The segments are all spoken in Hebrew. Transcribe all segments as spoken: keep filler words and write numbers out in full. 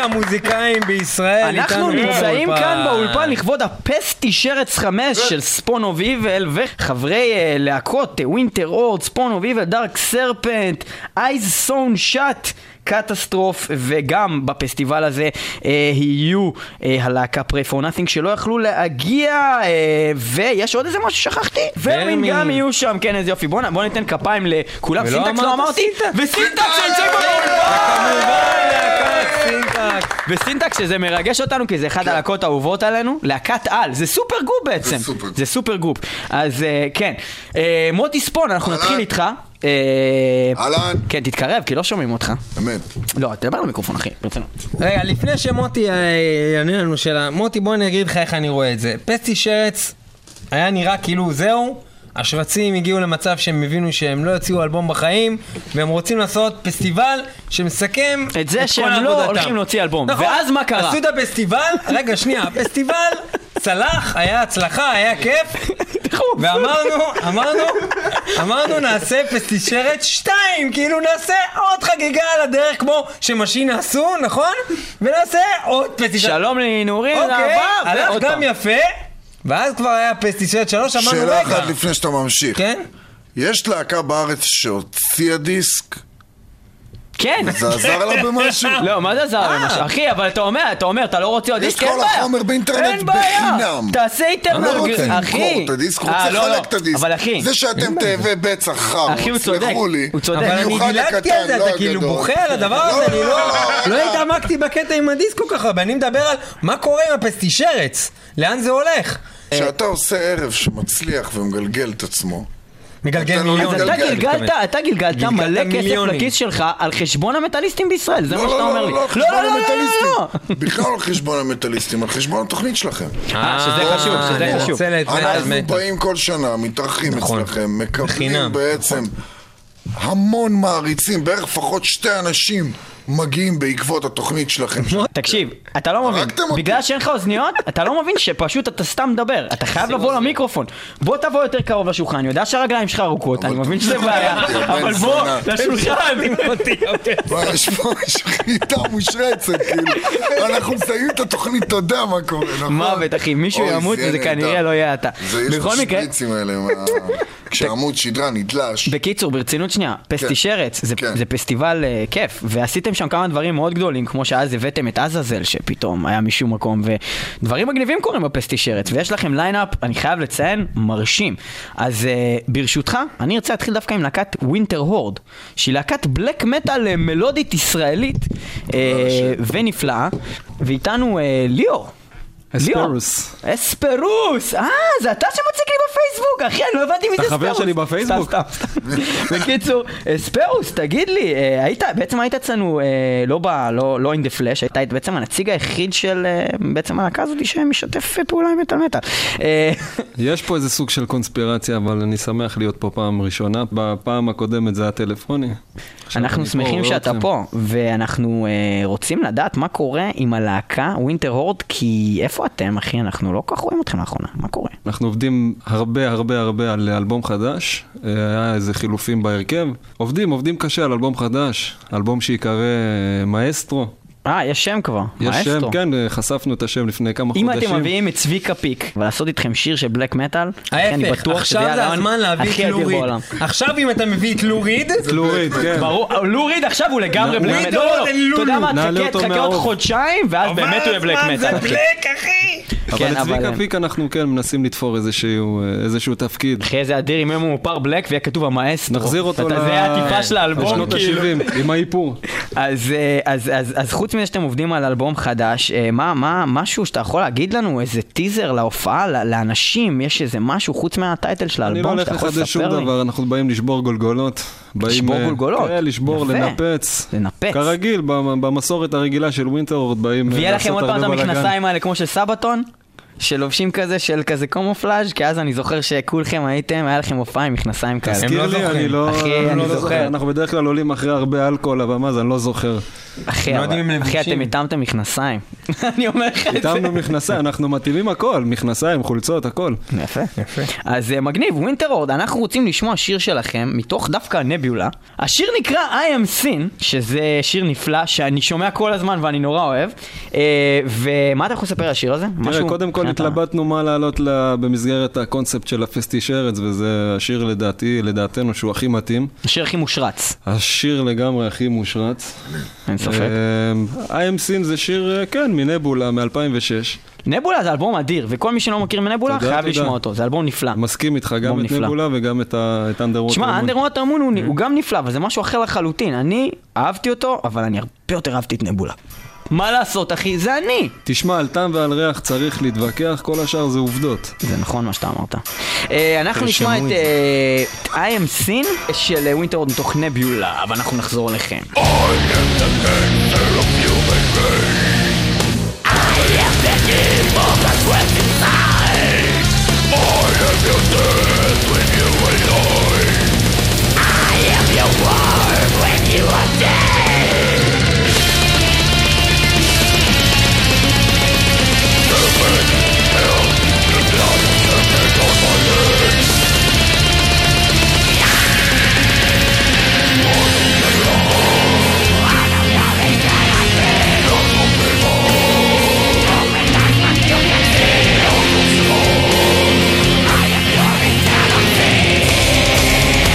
המוזיקאים בישראל. אנחנו נמצאים כאן באולפן לכבוד הפסטי שרץ חמש של ספון אוף איבל וחברי להקות ווינטר אורד, ספון אוף איבל, דארק סרפנט, אייז סון שאט, קטסטרוף, וגם בפסטיבל הזה אה, יהיו אה, הלהקה פריי פור נאטינג שלא יכלו להגיע, אה, ויש עוד איזה משהו ששכחתי, ורמין גם יהיו שם, כן, איזה יופי. בוא, בוא ניתן כפיים לכולם. סינטקס לא אמרתי, וסינטקס שנצא סינטקס וסינטקס שזה מרגש אותנו כי זה אחד הלהקות האהובות עלינו, להקת על, זה סופר גרופ בעצם, זה סופר גרופ. אז כן, מוטי ספון, אנחנו נתחיל איתך. אהלן. כן, תתקרב כי לא שומעים אותך. אמת. לא, תדבר למיקרופון אחי, ברצינות. רגע, לפני שמוטי יענה לנו שאלה, מוטי בוא נגיד לך איך אני רואה את זה. פסטי שרץ היה נראה כאילו זהו, השרצים הגיעו למצב שהם הבינו שהם לא יוציאו אלבום בחיים, והם רוצים לעשות פסטיבל שמסכם את זה שהם לא הולכים להוציא אלבום. ואז מה קרה? עשו את הפסטיבל, רגע שנייה, הפסטיבל צלח, היה הצלחה, היה כיף, ואמרנו, אמרנו, אמרנו נעשה פסטי שרץ שתיים, כאילו נעשה עוד חגיגה על הדרך כמו שמשין עשו, נכון? ונעשה עוד פסטי שרץ. שלום לנורים, אוקיי, הלך גם יפה. ואז כבר היה פסטי שרץ שלוש, אמרנו רגע. שאלה אחת לפני שאתה ממשיך. כן? יש להקה בארץ שהוציאה דיסק? כן. זה עזר לה במשהו? לא, מה זה עזר לה במשהו? אחי, אבל אתה אומר, אתה אומר, אתה לא רוצה עוד דיסק, אין בעיה. יש כל החומר באינטרנט בחינם. תעשה איתנו, אני לא רוצה למכור את הדיסק, רוצה לחלק את הדיסק. אבל אחי. זה שאתם תאבי בצע חם, סלחו לי. הוא צודק. אבל אני דילגתי על זה, אתה כאילו בוכה על הדבר הזה, אני לא התעמקתי בקטע עם הדיסק כל כך הרבה, אני מדבר על מה קורה עם הפסטי שרץ, לאן זה הולך. כשאתה עושה ערב שמצליח ומגלגל את עצמו, מגלגל מיליון. אז אתה גלגלת, אתה גלגלת מלא כסף לכיס שלך על חשבון המטליסטים בישראל, זה מה שאתה אומר לי. לא, לא, לא, לא, לא, לא. בכלל על חשבון המטליסטים, על חשבון התוכנית שלכם. אה, שזה חשוב, שזה חשוב. אנחנו באים כל שנה, מתארחים אצלכם, מקבלים בעצם המון מעריצים, בערך לפחות שתי אנשים מגיעים בעקבות התוכנית שלכם. תקשיב, אתה לא מבין, בגלל שאין לך אוזניות, אתה לא מבין שפשוט אתה סתם מדבר, אתה חייב לבוא למיקרופון. בוא תבוא יותר קרוב לשולחן, אני יודע שהרגליים שלך ארוכות, אני מבין שזה בעיה, אבל בוא לשולחן. יש פה שחיטה מושרצת, כאילו, אנחנו מסיימים את התוכנית, אתה יודע מה קורה, נכון? מוות אחי, מישהו ימות וזה כנראה לא יהיה אתה. זה יש את השפיצים האלה, כשעמוד שדרה נדלש. בקיצור, ברצינות שנייה, פסטי שרץ, זה פסטיבל כיף, ועשיתם שם כמה דברים מאוד גדולים, כמו שאז הבאתם את עזאזל, שפתאום היה משום מקום, ודברים מגניבים קורים בפסטי שרץ, ויש לכם ליינאפ, אני חייב לציין, מרשים. אז uh, ברשותך, אני ארצה להתחיל דווקא עם להקת ווינטר הורד, שהיא להקת בלק מטל מלודית ישראלית, uh, ונפלאה, ואיתנו uh, ליאור. אספרוס. אספרוס! אה, זה אתה שמציג לי בפייסבוק, אחי, אני לא הבנתי מי זה אספרוס. אתה חבר שלי בפייסבוק? סתם, סתם. בקיצור, אספרוס, תגיד לי, היית, בעצם היית אצלנו, לא בא, לא in the flash, היית בעצם הנציג היחיד של, בעצם הלהקה הזאת שמשתף פעולה עם מטל מטל. יש פה איזה סוג של קונספירציה, אבל אני שמח להיות פה פעם ראשונה. בפעם הקודמת זה היה טלפוני. אנחנו שמחים שאתה פה, ואנחנו רוצים לדעת מה קורה עם הלהקה ווינטר הורד, כי איפה אתם, אחי? אנחנו לא כך רואים אתכם לאחרונה. מה קורה? אנחנו עובדים הרבה הרבה הרבה על אלבום חדש. היה איזה חילופים בהרכב. עובדים, עובדים קשה על אלבום חדש. אלבום שיקרא מאסטרו. אה, יש שם כבר. יש שם, כן, חשפנו את השם לפני כמה אם חודשים. אם אתם מביאים את צביקה פיק ולעשות איתכם שיר של בלק מטל, אני בטוח עכשיו זה הזמן להביא את לוריד. עכשיו אם אתה מביא את לוריד, לוריד, כן. ברור, לוריד עכשיו הוא לגמרי בלק מטל. לא, לא, לא, אתה יודע מה, תחכה עוד חודשיים, ואז באמת הוא יהיה בלק מטל. זה בלק, אחי! אבל לצביקה פיק אנחנו כן מנסים לתפור איזשהו תפקיד. אחרי זה אדיר, אם הוא פאר בלק ויהיה כתוב המאסטרו. נחזיר אותו זה היה הטיפה של האלבום, לשנות ה-שבעים, עם האיפור. אז חוץ מזה שאתם עובדים על אלבום חדש, מה, מה, משהו שאתה יכול להגיד לנו, איזה טיזר להופעה, לאנשים, יש איזה משהו חוץ מהטייטל של האלבום שאתה יכול לספר לי? אני לא הולך לחדש שום דבר, אנחנו באים לשבור גולגולות. לשבור גולגולות? כן, לשבור, לנפץ. לנפץ. כרגיל, במסורת הרגילה של ווינטר הורד באים... ויהיה לכם עוד פעם את המכנסיים האלה כמו של סבתון? שלובשים כזה של כזה קומופלאז', כי אז אני זוכר שכולכם הייתם, היה לכם הופעה עם מכנסיים כאלה. תזכיר לי, אני לא... אחי, אני זוכר. אנחנו בדרך כלל עולים אחרי הרבה אלכוהול, אבל מה זה, אני לא זוכר. אחי, אחי, אתם התאמתם מכנסיים. אני אומר לך את זה. התאמנו מכנסיים, אנחנו מתאימים הכל, מכנסיים, חולצות, הכל. יפה, יפה. אז מגניב, ווינטרורד, אנחנו רוצים לשמוע שיר שלכם, מתוך דווקא נביולה. השיר נקרא I am Sin, שזה שיר נפלא, שאני שומע כל הזמן ואני נורא אוהב. ומה אתה יכול לספר על השיר הזה? תראה, קודם כל התלבטנו מה לעלות במסגרת הקונספט של הפסטי שרץ, וזה השיר לדעתי, לדעתנו, שהוא הכי מתאים. השיר הכי מושרץ. השיר לגמרי הכי מושרץ. אין ספק. I am Sin זה שיר, כן, מנבולה, מ-אלפיים ושש. נבולה זה אלבום אדיר, וכל מי שלא מכיר מנבולה חייב לשמוע אותו, זה אלבום נפלא. מסכים איתך, גם את נבולה וגם את אנדרוט. שמע, אנדרוט המון הוא גם נפלא, אבל זה משהו אחר לחלוטין. אני אהבתי אותו, אבל אני הרבה יותר אהבתי את נבולה. מה לעשות, אחי? זה אני. תשמע, על טעם ועל ריח צריך להתווכח, כל השאר זה עובדות. זה נכון מה שאתה אמרת. אנחנו נשמע את I am Sin של ווינטרורד מתוך נביולה, אבל אנחנו נחזור אליכם. I am the cancer of human race. I am the evil that dwells inside. I am your death when you are alive. I am your world when you are dead. I am your eternity.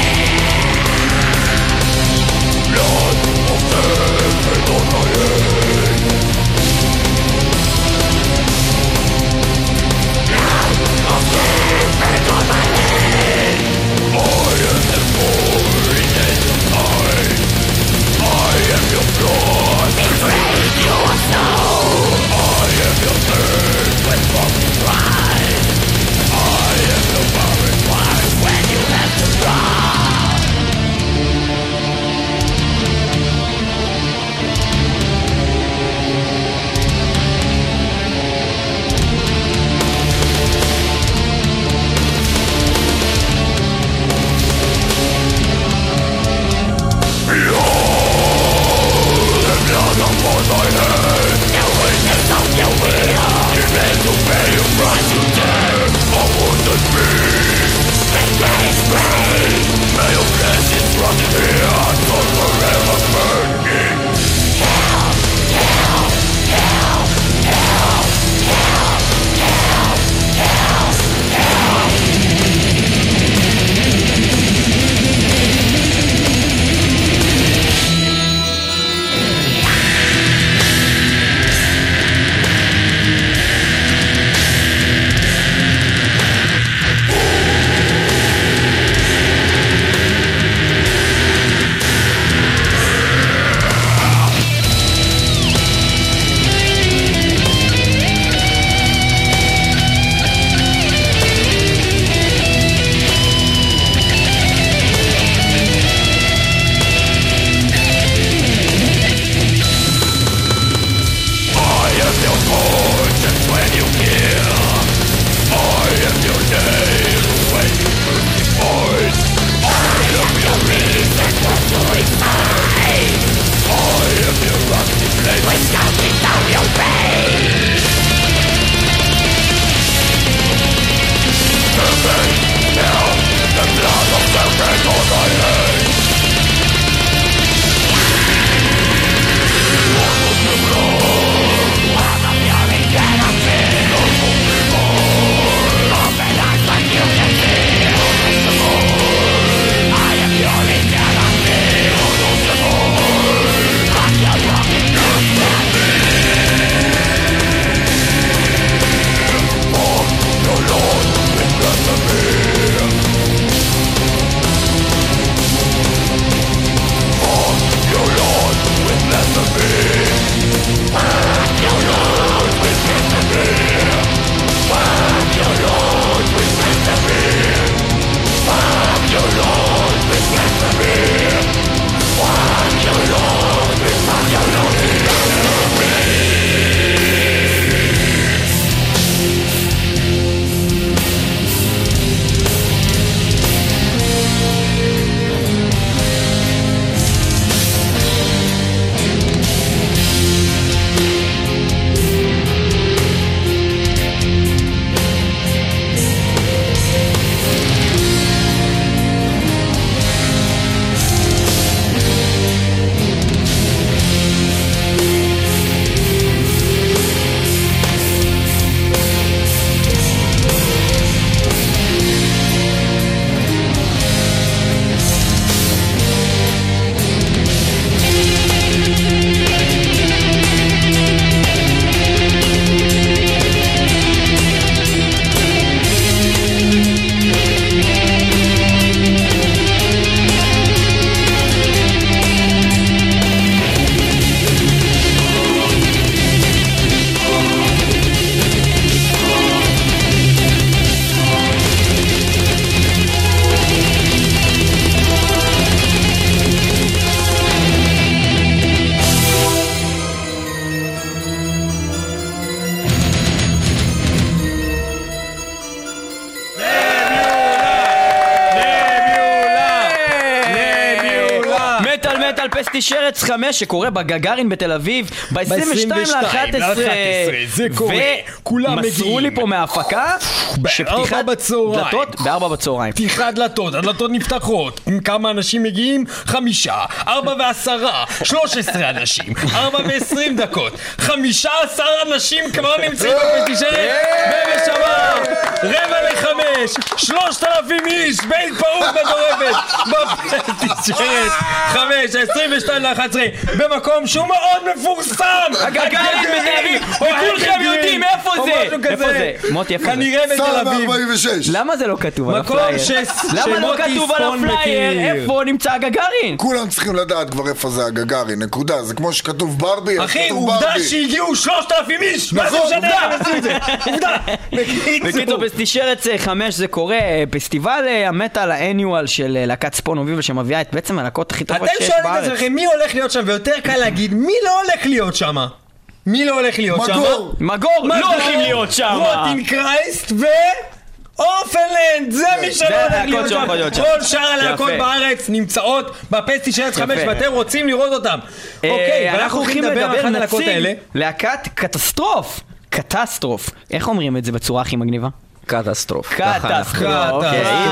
המטל פסטי שרץ חמש שקורה בגגארין בתל אביב ב-עשרים ושתיים לאחת עשרה. זה קורה, כולם מגיעים. מסרו לי פה מההפקה בארבע בצהריים. דלתות בארבע בצהריים. פתיחת דלתות, הדלתות נפתחות. כמה אנשים מגיעים? חמישה, ארבע ועשרה, שלוש עשרה אנשים, ארבע ועשרים דקות, חמישה עשר אנשים כבר נמצאים בפסטי שרץ, ובשמה, רבע לחמש, שלושת אלפים איש, בית פרוק מדורבת, בפסטי שרץ, חמש, עשרים ושתיים לאחת עשרה, במקום שהוא מאוד מפורסם, הגגארין בתל אביב, וכולכם יודעים איפה זה, איפה זה, מוטי איפה זה, כנראה בתל אביב, למה זה לא כתוב על מקום הפלייר, למה לא כתוב על הפלייר, איפה נמצא הגגארין, כולם צריכים לדעת כבר איפה זה הגגארין, נקודה, זה כמו שכתוב ברבי, אחי, עובדה שהגיעו שלושת אלפים איש, מה זה משנה, עובדה, בקיצור פסטי שרץ חמש זה קורה, פסטיבל המטל האניואל של להקת ספונוביב שמביאה את בעצם הלהקות הכי טובות שיש בארץ. אתם שואלים את עצמכם מי הולך להיות שם, ויותר קל להגיד מי לא הולך להיות שם. מי לא הולך להיות שם? מגור. מגור לא הולכים להיות שם. רוטין קרייסט ו... אופנלנד, זה מי שלא הולך להיות שם. כל שאר הלהקות בארץ נמצאות בפסטי שרץ חמש ואתם רוצים לראות אותם. אוקיי, ואנחנו הולכים לדבר על אחת הלהקות האלה. להקת קטסטרוף. קטסטרוף. איך אומרים את זה בצורה הכי מגניבה? קטסטרוף. קטסטרוף.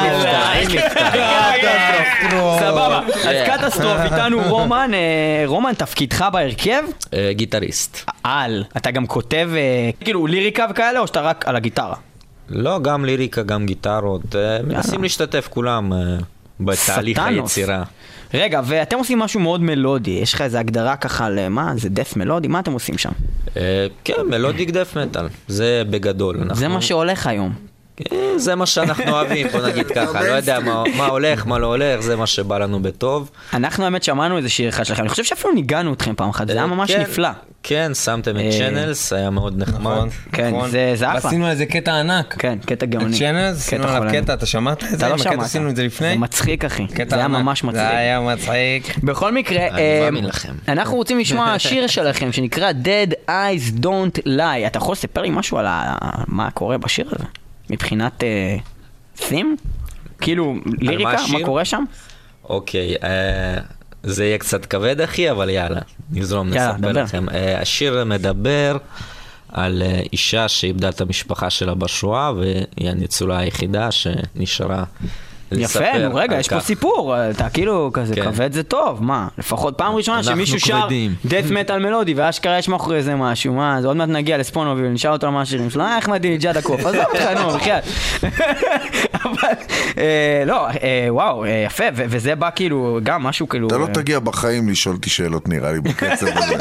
סבבה. אז קטסטרוף איתנו רומן. רומן, תפקידך בהרכב? גיטריסט. על. אתה גם כותב כאילו ליריקה וכאלה או שאתה רק על הגיטרה? לא, גם ליריקה, גם גיטרות. מנסים להשתתף כולם בתהליך היצירה. רגע, ואתם עושים משהו מאוד מלודי. יש לך איזו הגדרה ככה למה? זה דף מלודי? מה אתם עושים שם? כן, מלודיק דף מטל. זה בגדול. זה מה שהולך היום. זה מה שאנחנו אוהבים, בוא נגיד ככה. לא יודע מה הולך, מה לא הולך, זה מה שבא לנו בטוב. אנחנו האמת שמענו איזה שיר אחד שלכם. אני חושב שאפילו ניגענו אתכם פעם אחת. זה היה ממש נפלא. כן, שמתם את צ'אנלס, היה מאוד נחמד. כן, זה אחלה. עשינו על זה קטע ענק. כן, קטע גאוני. את צ'אנלס, עשינו עליו קטע, אתה שמעת את זה? אתה לא שמעת. עשינו את זה לפני? זה מצחיק, אחי. זה היה ממש מצחיק. זה היה מצחיק. בכל מקרה, אנחנו רוצים לשמוע שיר שלכם שנקרא Dead Eyes Don't Lie. אתה יכול לספר לי משהו על מה קורה בשיר הזה? מבחינת סים? כאילו, ליריקה, מה קורה שם? אוקיי, זה יהיה קצת כבד אחי, אבל יאללה, נזרום נספר לכם. השיר מדבר על אישה שאיבדה את המשפחה שלה בשואה, והיא הניצולה היחידה שנשארה לספר. יפה, נו רגע, יש פה סיפור, אתה כאילו כזה כבד זה טוב, מה? לפחות פעם ראשונה שמישהו שר דאט מטל מלודי, ואשכרה יש מאחורי איזה משהו, מה? אז עוד מעט נגיע לספונוביל, נשאל אותו על מה השירים שלו, אה, איך מדהים, ג'אד הקוף, אז לא, נו, בחייאת. אבל, לא, וואו, יפה, וזה בא כאילו, גם משהו כאילו... אתה לא תגיע בחיים לשאול אותי שאלות נראה לי בקצב הזה.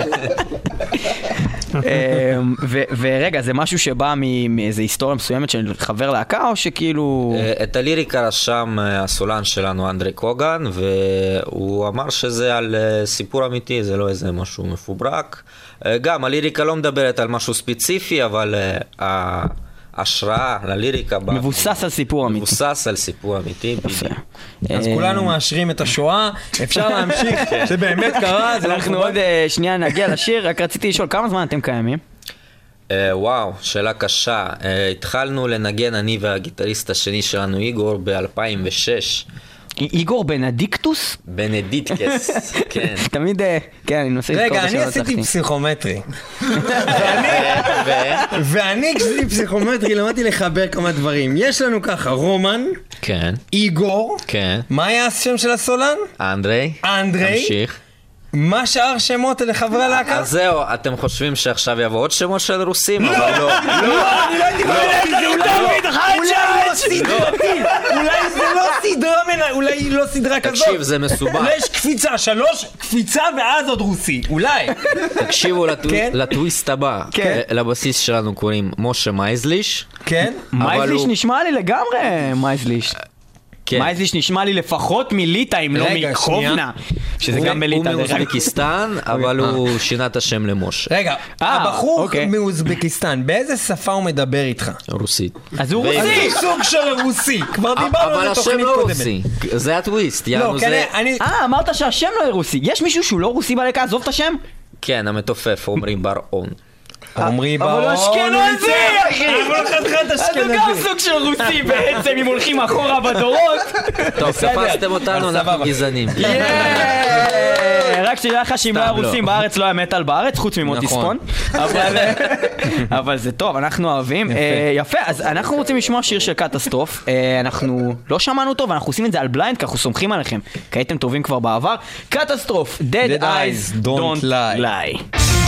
ורגע, זה משהו שבא מאיזו היסטוריה מסוימת של חבר להקה, או שכאילו... את הליריקה רשם הסולן שלנו, אנדרי קוגן, והוא אמר שזה על סיפור אמיתי, זה לא איזה משהו מפוברק. גם הליריקה לא מדברת על משהו ספציפי, אבל ההשראה לליריקה... מבוסס על סיפור אמיתי. מבוסס על סיפור אמיתי, בדיוק. אז כולנו מאשרים את השואה, אפשר להמשיך, זה באמת קרה, זה לא אנחנו עוד שנייה נגיע לשיר, רק רציתי לשאול, כמה זמן אתם קיימים? וואו, שאלה קשה. התחלנו לנגן אני והגיטריסט השני שלנו, איגור, ב-אלפיים ושש. איגור בנדיקטוס? בנדיקטס, כן. תמיד, כן, אני נושא... רגע, אני עשיתי פסיכומטרי. ואני כשעשיתי פסיכומטרי למדתי לחבר כמה דברים. יש לנו ככה, רומן, כן. איגור, כן. מה היה השם של הסולן? אנדרי. אנדרי. תמשיך. מה שאר שמות לחברי הלהקה? אז זהו, אתם חושבים שעכשיו יבוא עוד שמות של רוסים? לא, אבל לא. לא, אני לא הייתי אולי זה לא סדרה, אולי לא סדרה כזאת. תקשיב, זה מסובך. אולי יש קפיצה, שלוש, קפיצה ואז עוד רוסי, אולי. תקשיבו לטוויסט הבא. לבסיס שלנו קוראים משה מייזליש. כן? מייזליש נשמע לי לגמרי, מייזליש. מייזליש נשמע לי לפחות מליטה, אם לא מקובנה, שזה גם בליטה. הוא מאוזבקיסטן, אבל הוא שינה את השם למשה. רגע, הבחור מאוזבקיסטן, באיזה שפה הוא מדבר איתך? רוסית. אז הוא רוסי! סוג של רוסי, כבר דיברנו על התוכנית קודמת. אבל השם לא רוסי, זה הטוויסט. אה, אמרת שהשם לא יהיה רוסי. יש מישהו שהוא לא רוסי בלהקה, עזוב את השם? כן, המתופף, אומרים בר-און. עמרי ברון, אבל הוא אשכנזי, אחי! אבל חתיכת אשכנזי. אז הוא גם סוג של רוסי בעצם, אם הולכים אחורה בדורות. טוב, תפסתם אותנו, אנחנו גזענים. יאיי! רק שתדע לך שאם לא היה רוסים בארץ לא היה מטל בארץ, חוץ ממוטי ספון. אבל זה טוב, אנחנו אוהבים. יפה, אז אנחנו רוצים לשמוע שיר של קטסטרוף. אנחנו לא שמענו אותו, ואנחנו עושים את זה על בליינד, כי אנחנו סומכים עליכם. כי הייתם טובים כבר בעבר. קטסטרוף, Dead Eyes Don't Lie.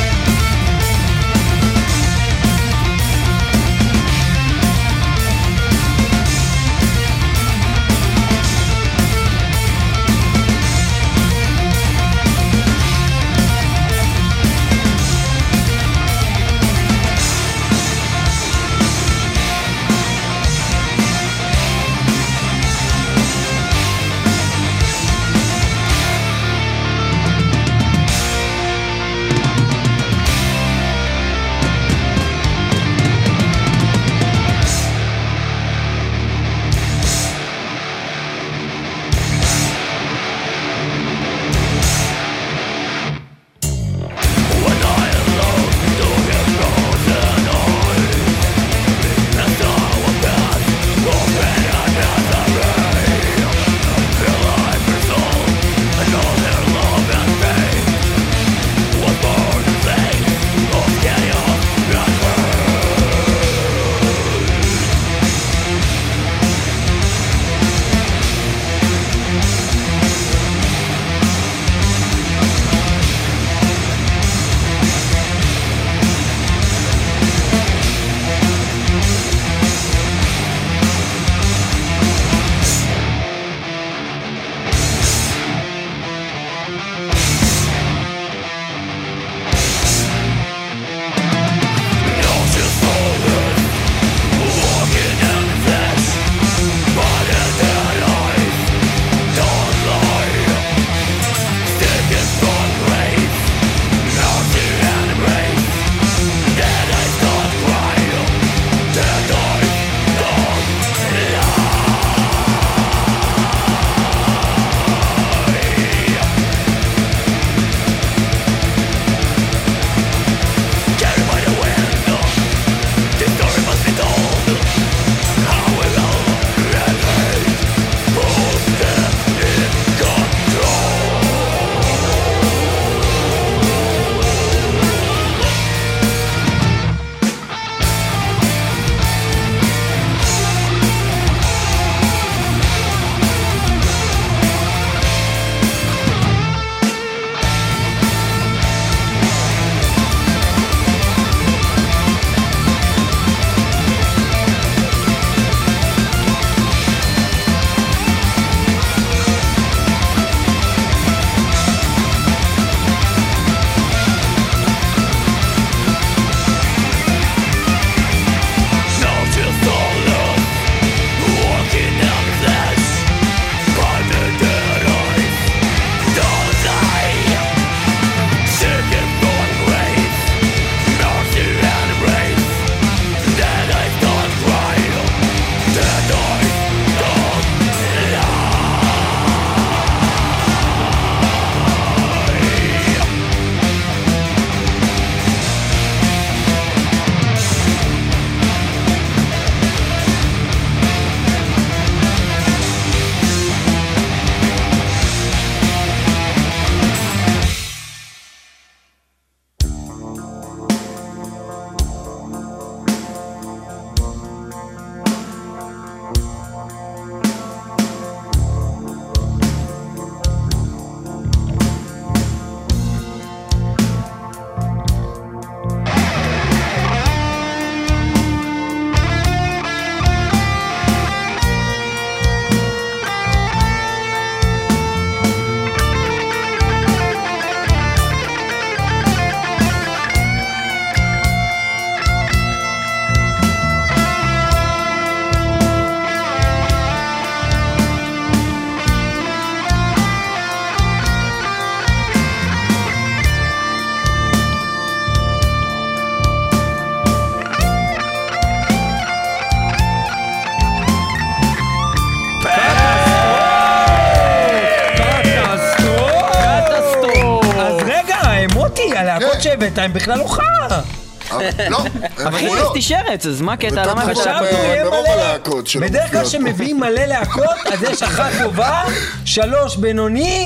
הלהקות שהבאת הם בכלל לא חרא. לא, אחי, פסטי שרץ, אז מה קטע? למה חשבנו יהיה מלא? בדרך כלל שמביאים מלא להקות, אז יש אחת טובה, שלוש בינוני,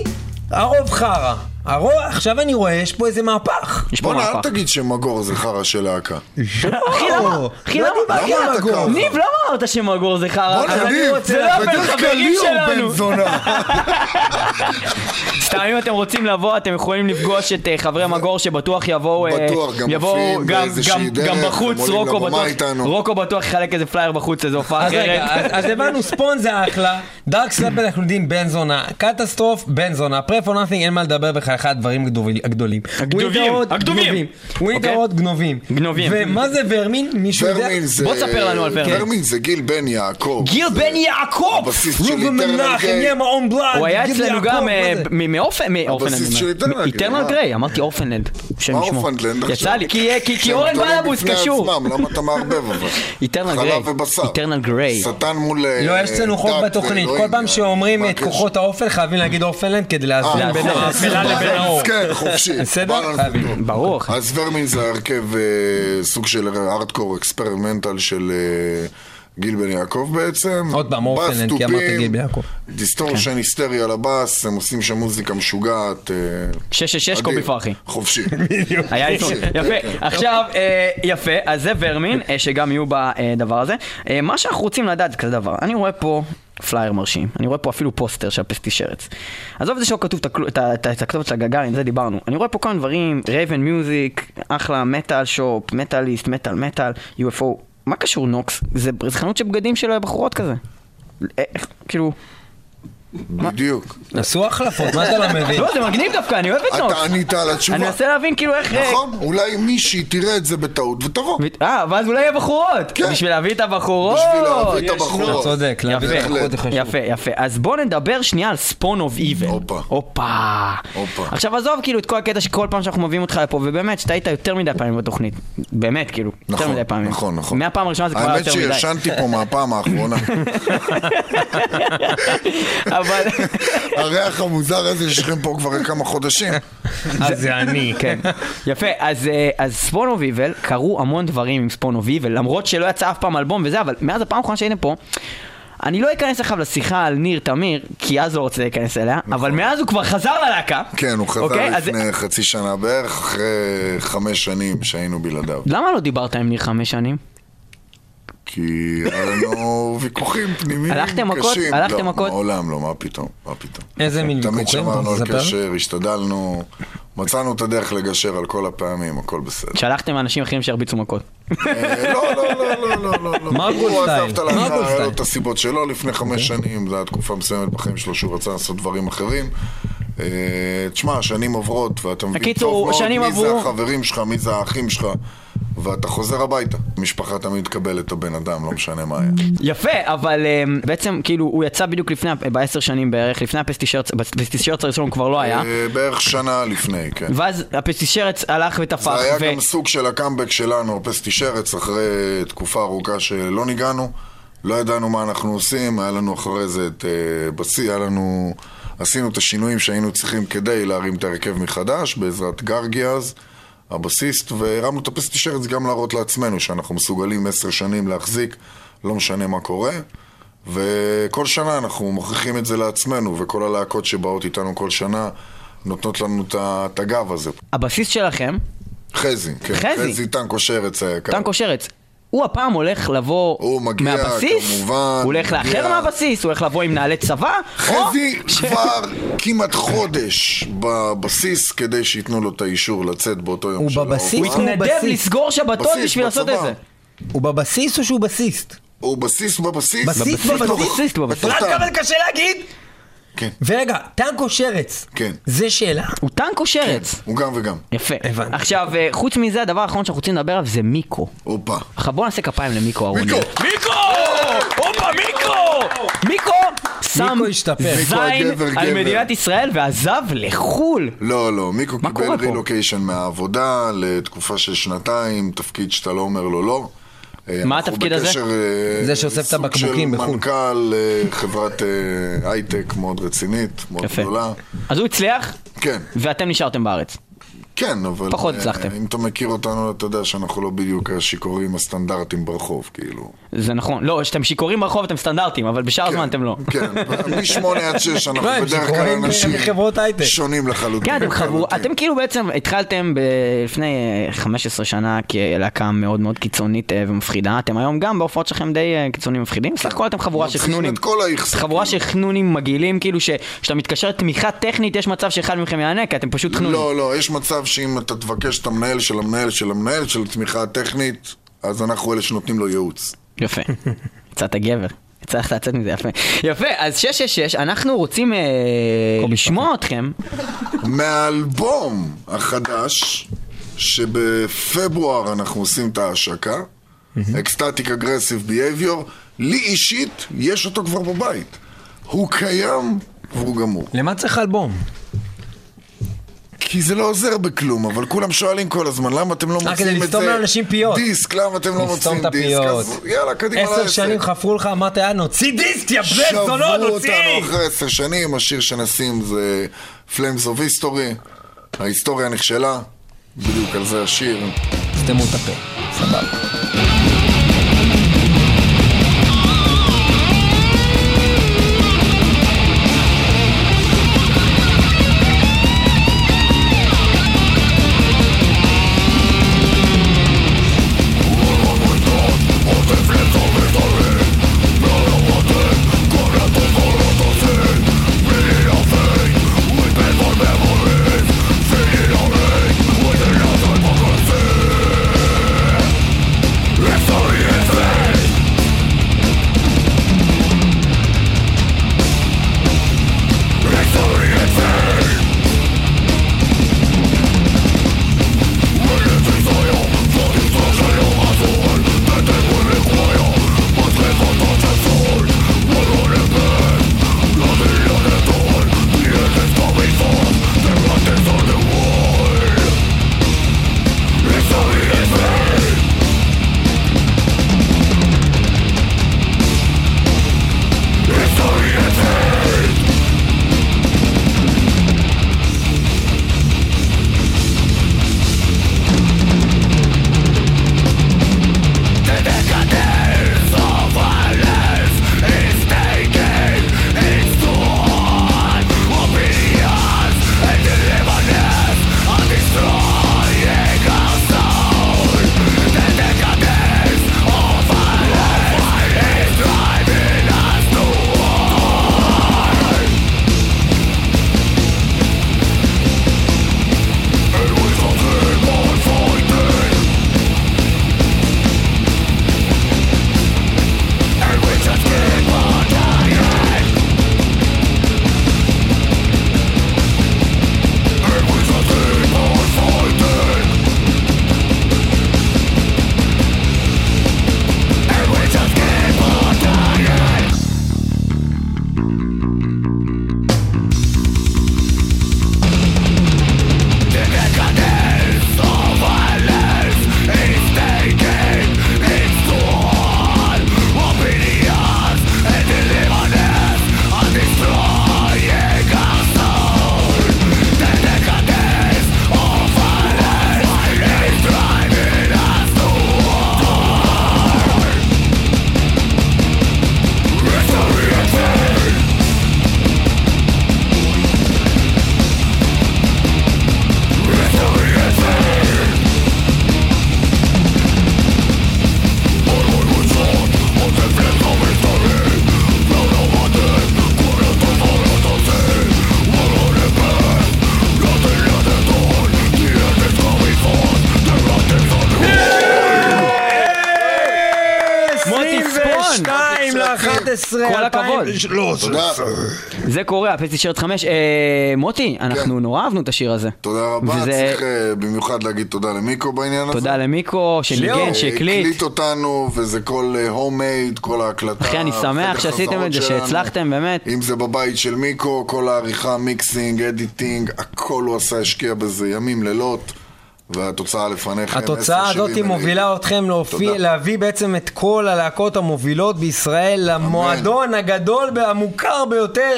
הרוב חרה. הרוב, עכשיו אני רואה, יש פה איזה מהפך. יש פה בוא מהפך. אל תגיד שמגור זה חרה של להקה. אחי, למה? אחי, למה? למה אתה ככה? ניב, למה אמרת שמגור זה חרא? בוא נגיד, זה לא הבן בדרך כלל חברים לי הוא בן שלנו. זונה. סתם אם אתם רוצים לבוא, אתם יכולים לפגוש את אה, חברי מגור שבטוח יבואו, אה, בטוח, גם יבואו מופיעים גם- באיזושהי גם- דרך, גם הם בחוץ, עולים רוקו לבמה בטוח, איתנו. רוקו בטוח יחלק איזה פלייר בחוץ, איזה הופעה אז רגע, אחרת. אז- אז הבנו, ספון זה אחלה, דארק סרפנט אנחנו יודעים בן זונה, קטסטרוף בן זונה, פרי פור נאטינג אין מה לדבר בכלל, אחד הדברים הגדולים. הגדולים, ווינטרוד, הגדולים. גנובים. ווינטרוד גנובים. גנובים. ומה זה ורמין? מישהו יודע? ורמין זה... בוא תספר לנו על ורמין. ורמין זה גיל בן יעקב. גיל זה בן יעקב! הבסיס של רובן איטרנל מנחם, גיי. יהיה מעון בלאד. הוא היה גיל אצלנו יעקב, גם מה אה, זה? מ- מאופן, מאופן, הבסיס של איטרנל גיי, איטרנל מה? גריי, אמרתי אופנלנד. שם שמו. אורפנדלנד יצא עכשיו. לי, כי- כי- כי שהם אורן גדולים בלבוס בפני קשור. עצמם, למה אתה מערבב אבל? איטרנל גריי. חלב ובשר. איטרנל גריי. שטן מול... אה, לא, יש אצלנו חוק דת בתוכנית, ואלוהים, כל פעם מה שאומרים את הקשר? כוחות האופל חייבים להגיד אופנלנד כדי להסביר אה, בין נכון. האפלה לבין האור. כן, חופשי. בסדר? בא לנו חייבים. טוב. ברור. אז ורמין זה הרכב אה, סוג של ארטקור אקספרימנטל של אה, גיל בן יעקב בעצם. עוד פעם, אורפנלנד, כי אמרת גיל בן יעקב. דיסטורשן היסטרי על הבאס, הם עושים שם מוזיקה משוגעת. אה, שש שש שש קובי מדהים. פרחי. חופשי. היה לי חופשי. יפה. עכשיו, אה, יפה, אז זה ורמין, אה, שגם יהיו בדבר הזה. אה, מה שאנחנו רוצים לדעת זה כזה דבר. אני רואה פה פלייר מרשים. אני רואה פה אפילו פוסטר של פסטי שרץ. עזוב את זה שלא כתוב את הכלו- את ה- את ה- את הכתובת של הגגארין, זה דיברנו. אני רואה פה כל מיני דברים, רייבן מיוזיק, אחלה, מטל שופ, מטאליסט, מטל מטל, יו אף או. מה קשור נוקס? זה זה חנות של בגדים של בחורות כזה. אה, כאילו... בדיוק. עשו החלפות, מה אתה לא מבין? לא, זה מגניב דווקא, אני אוהב את נוקס. אתה ענית על התשובה. אני מנסה להבין כאילו איך... אה, נכון, אולי מישהי תראה את זה בטעות ותבוא. אה, ואז אולי יהיה בחורות. כן. בשביל להביא את הבחורות. בשביל להביא את יש, הבחורות. נו. צודק, להביא את יפה, הבחורות זה חשוב. יפה, יפה. אז בואו נדבר שנייה על ספון אוף איבל. הופה. הופה. הופה. עכשיו עזוב כאילו את כל הקטע שכל פעם שאנחנו מביאים אותך לפה, ובאמת שאתה היית יותר מדי פעמים בתוכנית. באמת, כאילו. יותר נכון, מדי פעמים. נכון, נכון. מהפעם הראשונה זה כבר היה האמת יותר מדי. שישנתי פה מהפעם האחרונה. אבל... הריח המוזר הזה יש לכם פה כבר כמה חודשים. אז זה אני. כן. יפה, אז, אה, אז ספון אוף איבל, קרו המון דברים עם ספון אוף איבל, למרות שלא יצא אף פעם אלבום וזה, אבל מאז הפעם האחרונה שהייתם פה, אני לא אכנס עכשיו לשיחה על ניר תמיר, כי אז לא רוצה להיכנס אליה, אבל מאז הוא כבר חזר ללהקה. כן, הוא חזר אוקיי, אז- לפני חצי שנה בערך, אחרי חמש שנים שהיינו בלעדיו. למה לא דיברת עם ניר חמש שנים? כי היה לנו ויכוחים פנימיים הלכתם מכות? קשים. הלכתם לא, מכות? מעולם לא, מה פתאום, מה פתאום. איזה מין תמיד ויכוחים? שמרנו אתה על רוצה לספר? קשר, השתדלנו, מצאנו את הדרך לגשר על כל הפעמים, הכל בסדר. שלחתם אנשים אחרים שהרביצו מכות. אה, לא, לא, לא, לא, לא, לא, לא. מרגול הוא סטייל. עזב את הלהקה, מרגול היה לו סטייל. את הסיבות שלו לפני חמש שנים, זו הייתה תקופה מסוימת בחיים שלו שהוא רצה לעשות דברים אחרים. אה, תשמע, השנים עוברות, ואתה מבין בקיצור, טוב מאוד השנים מי עברו. זה החברים שלך, מי זה האחים שלך, ואתה חוזר הביתה. משפחה תמיד תקבל את הבן אדם, לא משנה מה היה. יפה, אבל um, בעצם כאילו הוא יצא בדיוק לפני, בעשר שנים בערך, לפני הפסטישרץ, בפסטישרץ הראשון כבר לא היה, אה, בערך שנה לפני, כן. ואז הפסטישרץ הלך ותפח, זה היה ו... גם סוג של הקאמבק שלנו, פסטי שרץ, אחרי תקופה ארוכה שלא ניגענו, לא ידענו מה אנחנו עושים, היה לנו אחרי זה את uh, בשיא, היה לנו, עשינו את השינויים שהיינו צריכים כדי להרים את הרכב מחדש, בעזרת גרגי אז, הבסיסט, והרמנו את הפסטי שרץ גם להראות לעצמנו, שאנחנו מסוגלים עשר שנים להחזיק, לא משנה מה קורה, וכל שנה אנחנו מוכיחים את זה לעצמנו, וכל הלהקות שבאות איתנו כל שנה, נותנות לנו את ה- את הגב הזה. הבסיס שלכם, חזי, כן. חזי. חזי טנקו שרץ היקר. טנקו שרץ, הוא הפעם הולך לבוא הוא מגיע, מהבסיס, כמובן, הוא הולך מגיע. לאחר מהבסיס, הוא הולך לבוא עם נעלי צבא, חזי או ש- כבר כמעט חודש בבסיס כדי שייתנו לו את האישור לצאת באותו יום הוא של בבסיס? הוא ההופעה. התנדב בסיס. לסגור שבתות בסיס, בשביל לעשות את בצבא. זה. הוא בבסיס או שהוא בסיסט? הוא בסיס בבסיס. בסיס בתוך- בבסיס, בבסיס. בתוך רק טעם. אבל קשה להגיד? כן, ורגע, טנקו שרץ. כן. זה שאלה. הוא טנק או שרץ? הוא גם וגם. יפה. הבנתי. עכשיו, אה, חוץ מזה, הדבר האחרון שאנחנו רוצים לדבר עליו זה מיקו. הופה. עכשיו בוא נעשה כפיים למיקו אהרוני. מיקו! מיקו! הופה, מיקו! מיקו שם מיקו השתפר. מיקו זין הגבר, על גבר. מדינת ישראל ועזב לחול. לא, לא, מיקו מה קורה קיבל פה? רילוקיישן מהעבודה לתקופה של שנתיים, תפקיד שאתה לא אומר לו לא. מה אנחנו התפקיד הזה? בקשר, אה, זה שאוסף את הבקבוקים סוג בחו"ל. של מנכ"ל אה, חברת אה, הייטק מאוד רצינית, מאוד יפה. גדולה. אז הוא הצליח, כן. ואתם נשארתם בארץ. כן, אבל... פחות הצלחתם. אם אתה מכיר אותנו, אתה יודע שאנחנו לא בדיוק השיכורים הסטנדרטים ברחוב, כאילו. זה נכון. לא, שאתם שיכורים ברחוב אתם סטנדרטים, אבל בשאר הזמן אתם לא. כן, משמונה עד שש אנחנו בדרך כלל אנשים שונים לחלוטין. כן, אתם כאילו בעצם התחלתם לפני חמש עשרה שנה כלהקה מאוד מאוד קיצונית ומפחידה. אתם היום גם בהופעות שלכם די קיצוניים ומפחידים. סך הכל אתם חבורה של חנונים. חבורה של חנונים מגעילים, כאילו שאתה מתקשר תמיכה טכנית, יש מצב שאחד מכם יענה, כי אתם פשוט חנונים. לא, לא, יש מצב שאם אתה תבקש את המנהל של המנהל של המנהל של תמיכה טכנית, אז אנחנו אלה שנותנים לו ייעוץ. יפה. יצאת גבר. צריך לצאת מזה, יפה. יפה, אז שש שש שש, אנחנו רוצים לשמוע אתכם. מהאלבום החדש, שבפברואר אנחנו עושים את ההשקה, Ecstatic Aggressive Behavior, לי אישית יש אותו כבר בבית. הוא קיים והוא גמור. למה צריך אלבום? כי זה לא עוזר בכלום, אבל כולם שואלים כל הזמן, למה אתם לא מוצאים את זה דיסק, למה אתם לא מוצאים דיסק, אז יאללה, קדימה לעסק. עשר שנים חפרו לך, אמרת, היה נוציא דיסק, יא בן זונות, נוציא! שברו אותנו אחרי עשר שנים, השיר שנשים זה Flames of History, ההיסטוריה נכשלה, בדיוק על זה השיר. סתמו את הפה, סבבה. כל הכבוד. תודה. זה קורה, הפסטי שרת חמש. מוטי, אנחנו נורא אהבנו את השיר הזה. תודה רבה, צריך במיוחד להגיד תודה למיקו בעניין הזה. תודה למיקו, שניגן, שהקליט. הקליט אותנו, וזה כל הומייד, כל ההקלטה. אחי, אני שמח שעשיתם את זה, שהצלחתם באמת. אם זה בבית של מיקו, כל העריכה, מיקסינג, אדיטינג, הכל הוא עשה, השקיע בזה ימים, לילות. והתוצאה לפניכם. התוצאה הזאת מובילה אתכם להביא בעצם את כל הלהקות המובילות בישראל למועדון הגדול והמוכר ביותר,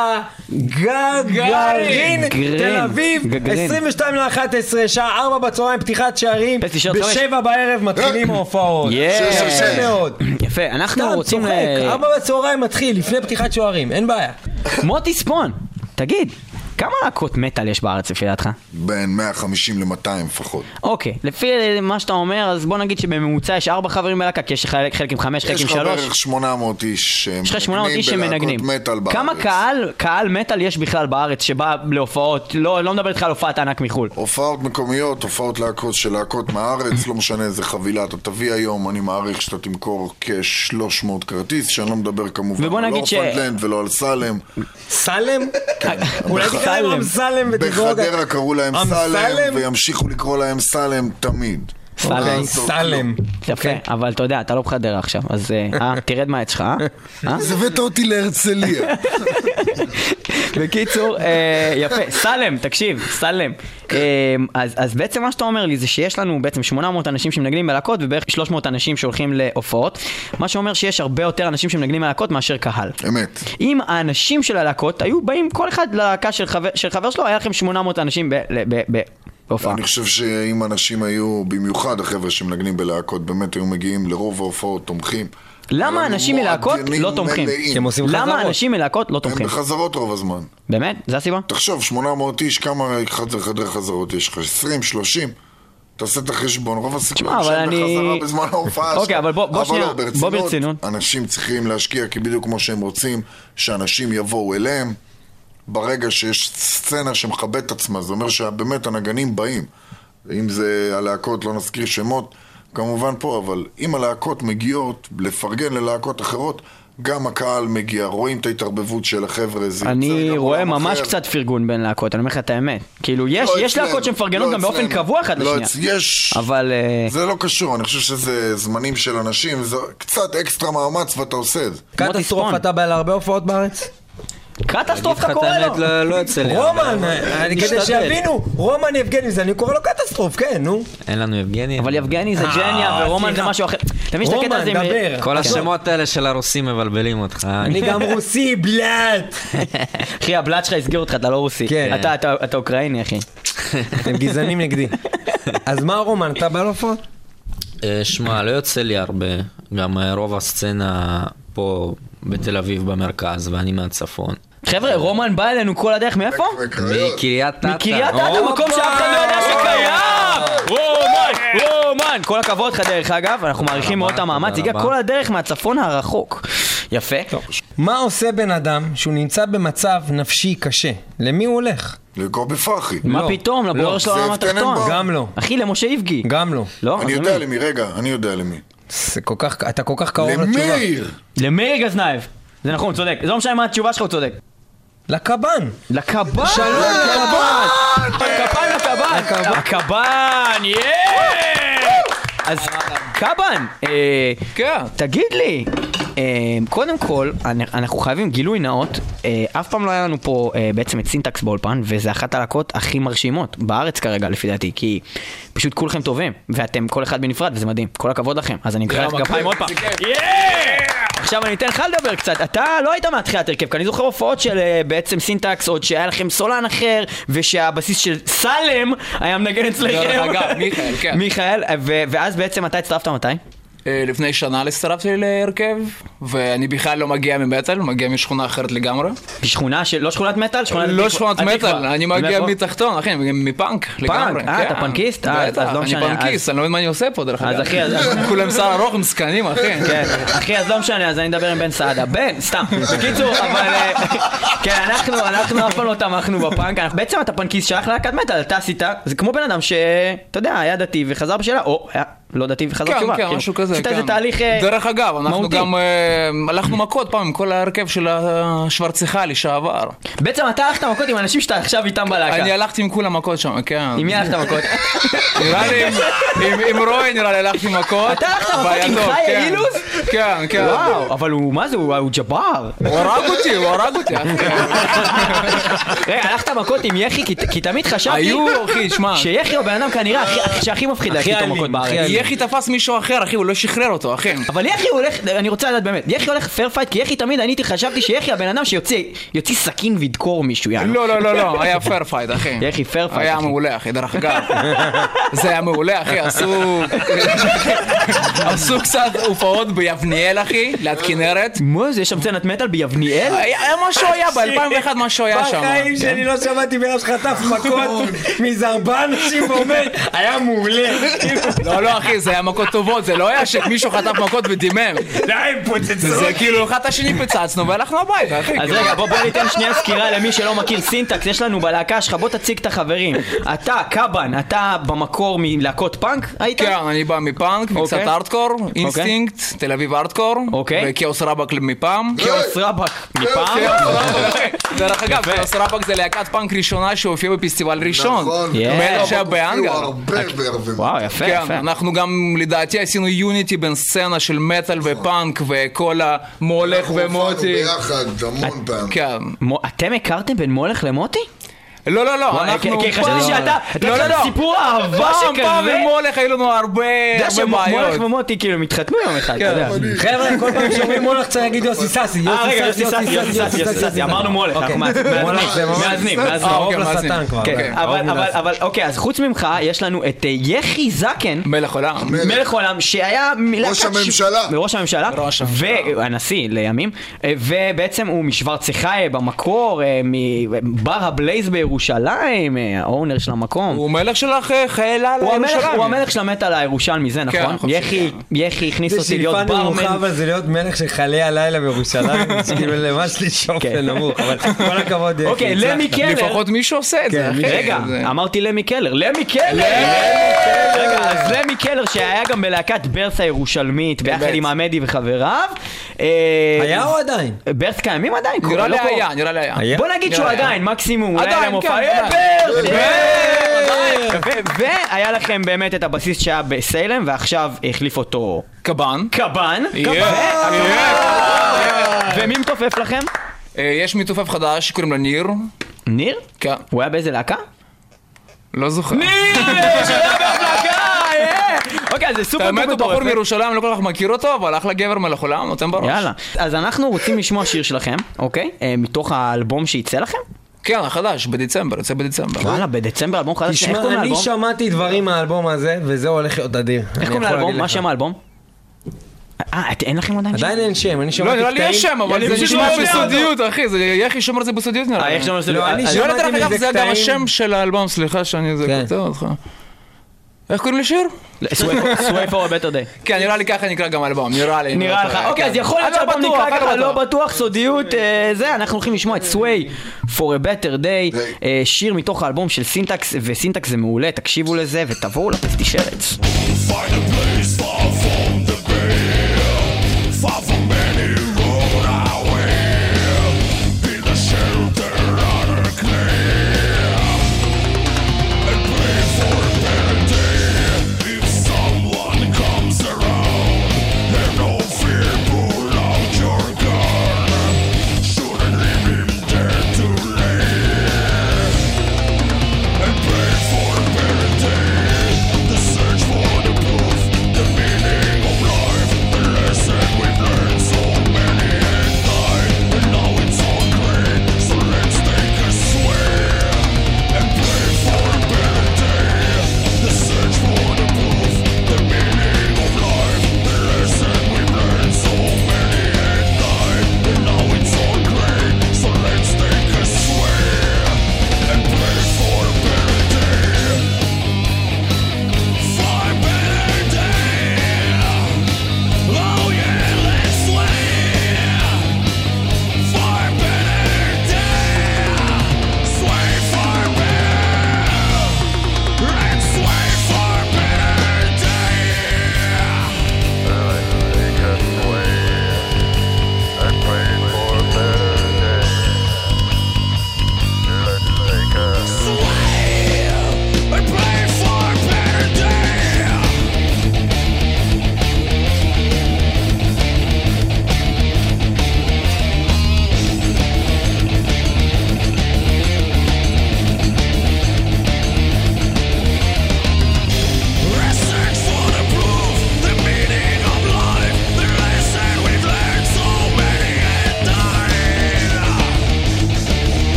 הגגרין תל אביב, עשרים ושתיים לאחת עשרה, שעה ארבע בצהריים, פתיחת שערים, בשבע בערב מתחילים ההופעות. יפה מאוד. יפה, אנחנו רוצים... ארבע בצהריים מתחיל, לפני פתיחת שערים, אין בעיה. מוטי ספון, תגיד, כמה להקות מטל יש בארץ לפי דעתך? בין מאה וחמישים ל-מאתיים לפחות. אוקיי, לפי מה שאתה אומר, אז בוא נגיד שבממוצע יש ארבע חברים בלהקה, כי יש חלק עם חמש, חלק עם שלוש. יש לך בערך שמונה מאות איש שמנגנים מטל בארץ. כמה קהל, קהל מטל יש בכלל בארץ שבא להופעות, לא, לא מדבר איתך על הופעת ענק מחול. הופעות מקומיות, הופעות להקות של להקות מהארץ, לא משנה איזה חבילה אתה תביא היום, אני מעריך שאתה תמכור כ-שלוש מאות כרטיס, שאני לא מדבר כמובן על אורפנדלנד ולא על סלם. סלם? אולי תקרא להם סלם ותגרוד. בחדרה קראו להם סלם וימשיכו לקרוא להם סלם תמיד. סלם. סלם. יפה, אבל אתה יודע, אתה לא בחדרה עכשיו, אז תרד מהעץ שלך, אה? זה הבאת אותי להרצליה. בקיצור, יפה, סלם, תקשיב, סלם. אז בעצם מה שאתה אומר לי זה שיש לנו בעצם שמונה מאות אנשים שמנגנים בלהקות ובערך שלוש מאות אנשים שהולכים להופעות, מה שאומר שיש הרבה יותר אנשים שמנגנים בלהקות מאשר קהל. אמת. אם האנשים של הלהקות היו באים כל אחד ללהקה של חבר שלו, היה לכם שמונה מאות אנשים בהופעה. אני חושב שאם אנשים היו, במיוחד החבר'ה שמנגנים בלהקות, באמת היו מגיעים לרוב ההופעות תומכים. למה אנשים מלהקות לא תומכים? למה אנשים מלהקות לא תומכים? הם בחזרות רוב הזמן. באמת? זה הסיבה? תחשוב, שמונה מאות איש, כמה חדרי חזרות יש לך? עשרים, שלושים? תעשה את החשבון, רוב הסיכויים שהם בחזרה בזמן ההופעה. אוקיי, אבל בוא שנייה, בוא ברצינות. אנשים צריכים להשקיע, כי בדיוק כמו שהם רוצים, שאנשים יבואו אליהם. ברגע שיש סצנה שמכבד את עצמה, זה אומר שבאמת הנגנים באים. אם זה הלהקות, לא נזכיר שמות, כמובן פה, אבל אם הלהקות מגיעות לפרגן ללהקות אחרות, גם הקהל מגיע, רואים את ההתערבבות של החבר'ה. אני רואה ממש קצת פרגון בין להקות, אני אומר לך את האמת. כאילו, יש להקות שמפרגנות גם באופן קבוע אחד לשנייה. יש, אבל... זה לא קשור, אני חושב שזה זמנים של אנשים, זה קצת אקסטרה מאמץ ואתה עושה את זה. קטסטרוף, אתה בא להרבה הופעות בארץ? קטסטרוף אתה קורא לו? לא יוצא לי. רומן, כדי שיבינו, רומן יבגני זה, אני קורא לו קטסטרוף, כן, נו. אין לנו יבגני. אבל יבגני זה ג'ניה ורומן זה משהו אחר. רומן, דבר. כל השמות האלה של הרוסים מבלבלים אותך. אני גם רוסי, בלאט. אחי, הבלאט שלך הסגיר אותך, אתה לא רוסי. אתה אוקראיני, אחי. אתם גזענים נגדי. אז מה רומן, אתה בא להופעות? שמע, לא יוצא לי הרבה. גם רוב הסצנה פה בתל אביב במרכז, ואני מהצפון. חבר'ה, רומן בא אלינו כל הדרך, מאיפה? מקריית תתה. מקריית תתה, מקום שאף אחד לא יודע שקיים! רומן, רומן! כל הכבוד לך דרך אגב, אנחנו מעריכים מאוד את המאמץ, הגיע כל הדרך מהצפון הרחוק. יפה. מה עושה בן אדם שהוא נמצא במצב נפשי קשה? למי הוא הולך? לקובי פרחי. מה פתאום? לבורר שלו לעולם התחתון? גם לא. אחי, למשה איבגי. גם לא. אני יודע למי, רגע, אני יודע למי. אתה כל כך קרוב לתשובה. למאיר! למאיר גזנייב. זה נכון, צודק. זה לא משנה מה התשובה שלך, הוא צודק. לקבן. לקבן! שלום לקבן! הקבן לקבן! הקבן, יאה! אז קבן, תגיד לי, קודם כל, אנחנו חייבים גילוי נאות, אף פעם לא היה לנו פה בעצם את סינטקס באולפן, וזה אחת הלהקות הכי מרשימות בארץ כרגע לפי דעתי, כי פשוט כולכם טובים, ואתם כל אחד בנפרד, וזה מדהים, כל הכבוד לכם, אז אני אקרא לך כפיים עוד פעם. עכשיו אני אתן לך לדבר קצת, אתה לא היית מהתחילת הרכב, כי אני זוכר הופעות של בעצם סינטקס, עוד שהיה לכם סולן אחר, ושהבסיס של סלם היה מנגן אצלכם. אגב, מיכאל, כן. מיכאל, ואז בעצם אתה הצטרפת מתי? לפני שנה הצטרפתי להרכב, ואני בכלל לא מגיע ממטל, מגיע משכונה אחרת לגמרי. משכונה של, לא שכונת מטל? לא שכונת מטל, אני מגיע מתחתון, אחי, מפאנק לגמרי. אה, אתה פנקיסט? בטח, אני פנקיסט, אני לא מבין מה אני עושה פה דרך אגב. כולם שר ארוך, הם סקנים, אחי. אחי, אז לא משנה, אז אני אדבר עם בן סעדה. בן, סתם. בקיצור, אבל... כן, אנחנו, אנחנו אף פעם לא תמכנו בפאנק. בעצם אתה פנקיסט שייך להקת מטל, אתה עשית, זה כמו בן אדם ש... אתה יודע, היה דתי וחזר בשאלה, או... לא דתי וחזק תשובה. כן, כן, משהו כזה, עשית כן. איזה תהליך דרך אגב, אנחנו מהותי. גם אה, הלכנו מכות פעם עם כל ההרכב של השוורציכל לשעבר. בעצם אתה הלכת מכות עם אנשים שאתה עכשיו איתם בלהקה. אני הלכתי עם כולם מכות שם, כן. עם מי הלכת מכות? נראה לי, עם- עם- עם רוי נראה לי הלכתי מכות. אתה הלכת מכות עם בידו, חי כן. אילוז? כן, כן. וואו, אבל הוא, מה זה, הוא הוא ג'בר. הוא הרג אותי, הוא הרג אותי. רגע, הלכת מכות עם יחי, כי- כי תמיד חשבתי היו, אחי, שמע. שיחי הוא בן אדם כנראה הכי- שהכי מפחיד להכיר איתו אלים, מכות בארץ. הכי אלים. יחי תפס מישהו אחר, אחי, הוא לא שחרר אותו, אחי. אבל יחי הולך, אני רוצה לדעת באמת, יחי הולך פייר פייט, כי יחי תמיד, אני חשבתי שיחי הבן אדם שיוציא יוציא סכין וידקור מישהו, יאללה. לא, לא, לא, לא, היה פייר פייט, אחי. יחי פייר פייט. היה אחי. מעולה, אחי, דרך אגב. זה היה מעולה, אחי, עשו... עשו קצת הופעות ביבניאל, אחי, ליד כנרת. מה זה, יש שם סצנת מטל ביבניאל? היה היה משהו היה, ב-אלפיים ואחת משהו היה שם. בחיים שלי לא שמעתי בן שחטף מכות מאיזה ארבעה אנשים ואומר, היה מעולה. לא, לא, אחי, זה היה מכות טובות, זה לא היה שמישהו חטף מכות ודימם. די, פוצצות. זה כאילו, אחד השני פיצצנו והלכנו הביתה, אחי. אז רגע, בוא בוא ניתן שנייה סקירה למי שלא מכיר סינטקס, יש לנו בלהקה שלך, בוא תציג את החברים. אתה, קאבן, אתה במקור מלהקות פאנק, היית? כן, אני בא מפאנק, אוקיי. קצת ארטקור, אינסטינקט, תל אביב ארטקור, אוקיי. וכאוס רבק מפעם. כאוס רבק מפעם? דרך אגב, כאוס רבק זה להקת פאנק ראשונה שהופיעה בפסטיבל ראשון. נכון, Yeah. מאלה שהיה הופיעו באנגר. הרבה בערבים. וואו, יפה, כן, יפה. אנחנו גם לדעתי עשינו יוניטי בין סצנה של מטל ופאנק וכל המולך ומוטי. ביחד המון פעם. כן. מו- אתם הכרתם בין מולך למוטי? לא, לא, לא, וואי, אנחנו... כי- כי חשבתי שאתה, אתה לא, יש לא, לך לא. סיפור אהבה פעם, פעם שכזה. עם מולך היו לנו הרבה אתה יודע הרבה בעיות. שמולך ומוטי כאילו מתחתנו יום אחד, אתה כן. יודע. חבר'ה, כל פעם שאומרים מולך צריך להגיד יוסי ססי. אה רגע, יוסי ססי, יוסי ססי, יוסי ססי, אמרנו מולך, אנחנו מאזנים, מולך זה ממש- מאזנים, אה, מאזנים. קרוב אוקיי, לשטן מאזין. כבר. כן, אוקיי. אבל, קרוב אבל, לשטן. אבל, אוקיי, אז חוץ ממך, יש לנו את אה, יחי זקן, מלך עולם. מלך עולם, שהיה מלהקת ראש ש- הממשלה. ראש הממשלה, ראש הממשלה. והנשיא לימים, אה, ובעצם הוא משוורצחאי במקור, אה, מבר הבלייז בירושלים, אה, האונר של המקום. הוא מלך של חיילה הוא המלך, לירושלים. הוא המלך של המטל הירושלמי, זה כן, נכון? אני חושב יחי, יחי הכניס זה אותי להיות שאיפה נמוכה, ברמן. אבל זה להיות מלך של חיילי הלילה בירושלים, זה כאילו למש לשאוף כן. לנמוך, אבל כל הכבוד. יחי, אוקיי, הצלחת. למי קלר. לפחות מישהו עושה את זה, כן, אחי. רגע, זה- אמרתי למי קלר, למי קלר! רגע, אז למי קלר שהיה גם בלהקת ברת' הירושלמית ביחד באמת. עם עמדי וחבריו. אה, היה או עדיין? ברת' קיימים עדיין? נראה לי לא קורה. היה, נראה לי היה. היה? בוא נגיד שהוא נראה לי עדיין, מקסימום, אולי עדיין, היה מופע. כן, אה, עדיין. ברת'! עדיין. ו- והיה לכם באמת את הבסיסט שהיה בסיילם, ועכשיו החליף אותו קב"ן. קב"ן. יהיה, ו- יהיה. ומי מתופף לכם? אה, יש מתופף חדש שקוראים לו ניר. ניר? כן. הוא היה באיזה להקה? לא זוכר. ניר! שהיה בהפלקה! אה! אוקיי, אז זה סופר האמת הוא בחור מטורף. מירושלים, לא כל כך מכיר אותו, אבל אחלה גבר מלך עולם, נותן בראש. יאללה. אז אנחנו רוצים לשמוע שיר שלכם, אוקיי? אה, מתוך האלבום שיצא לכם? כן, החדש, בדצמבר, יוצא בדצמבר. וואלה, בדצמבר אלבום חדש. איך תשמע, קוראים אני לאלבום? שמעתי דברים מהאלבום הזה, וזה הולך להיות אדיר. איך אני קוראים יכול לאלבום? להגיד מה לך. שם האלבום? אה, את- אין לכם עדיין שם? עדיין אין שם, אני לא, שמעתי נראה לי יש שם, אבל יאללה, זה מישהו נשמע שומע בסודיות, אחי, זה יחי שומר את זה בסודיות נראה אה, לי. איך שם? לא, אני אני שמעתי לא יודע, דרך מזה אגב, זה גם קטעים. השם של האלבום, סליחה שאני זה כן. קוטע אותך. איך קוראים לשיר? Sway for a better day. כן, נראה לי ככה נקרא גם האלבום, נראה לי. נראה לך, אוקיי, אז יכול להיות אני לא שהאלבום בטוח, נקרא אני ככה, לא בטוח. בטוח, סודיות, אה, זה, אנחנו הולכים לשמוע את Sway for a better day, אה, שיר מתוך האלבום של סינטקס, וסינטקס זה מעולה, תקשיבו לזה ותבואו לפסטי שרץ. Find a place far from the bay, far from any road I will. Be the shelter under clear, and pray for a better day. If someone comes around, have no fear, pull out your gun. Shouldn't leave him there to lay, and pray for a better day. The search for the proof, the meaning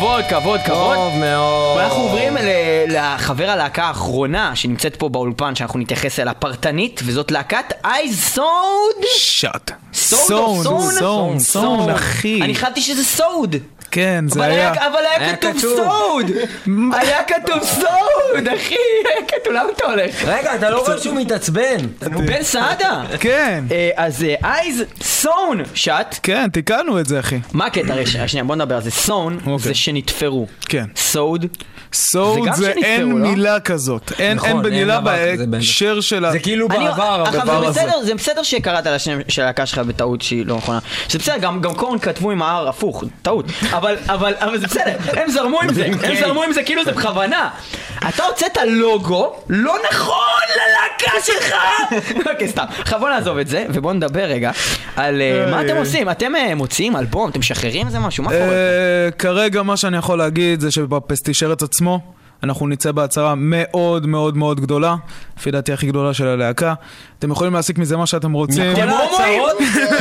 כבוד, כבוד, כבוד. טוב מאוד. ואנחנו עוברים ל- לחבר הלהקה האחרונה שנמצאת פה באולפן, שאנחנו נתייחס אליה פרטנית, וזאת להקת אייז סוד. שאט. סוד, סון, סון, סון, אחי. אני חשבתי שזה סוד. כן, זה אבל היה... היה, אבל היה היה כתוב כתוב. סוד. היה כתוב סוד, אחי. היה כתוב, למה אתה הולך? רגע, אתה לא רואה שהוא מתעצבן. נו, בן סעדה. כן, אה, אז אייז סון שאט. כן, תיקנו את זה, אחי. מה הקטע? הרי, שנייה, בוא נדבר על זה. סון אוקיי. זה שנתפרו. כן. סוד. סוד זה גם זה שנתפרו, אין לא? מילה כזאת. אין נכון, אין אין במילה דבר כזה בהקשר של ה... זה כאילו אני- בעבר, עכשיו, הדבר זה הזה. בסדר, זה בסדר שקראת על השם של הלהקה שלך בטעות שהיא לא נכונה. זה בסדר, גם גם קורן כתבו עם ההר הפוך, טעות. אבל אבל אבל זה בסדר, הם זרמו עם זה, הם זרמו עם זה כאילו זה בכוונה. אתה הוצאת לוגו לא נכון ללהקה שלך. אוקיי, סתם. עכשיו בוא נעזוב את זה ובוא נדבר רגע על אה, מה אתם עושים. אתם אה, מוציאים אלבום, אתם משחררים איזה משהו, מה קורה? אה, כרגע מה שאני יכול להגיד זה שבפסטישרץ עצמו אנחנו נצא בהצהרה מאוד מאוד מאוד גדולה, לפי דעתי הכי גדולה של הלהקה. אתם יכולים להסיק מזה מה שאתם רוצים. כל ההצהרות?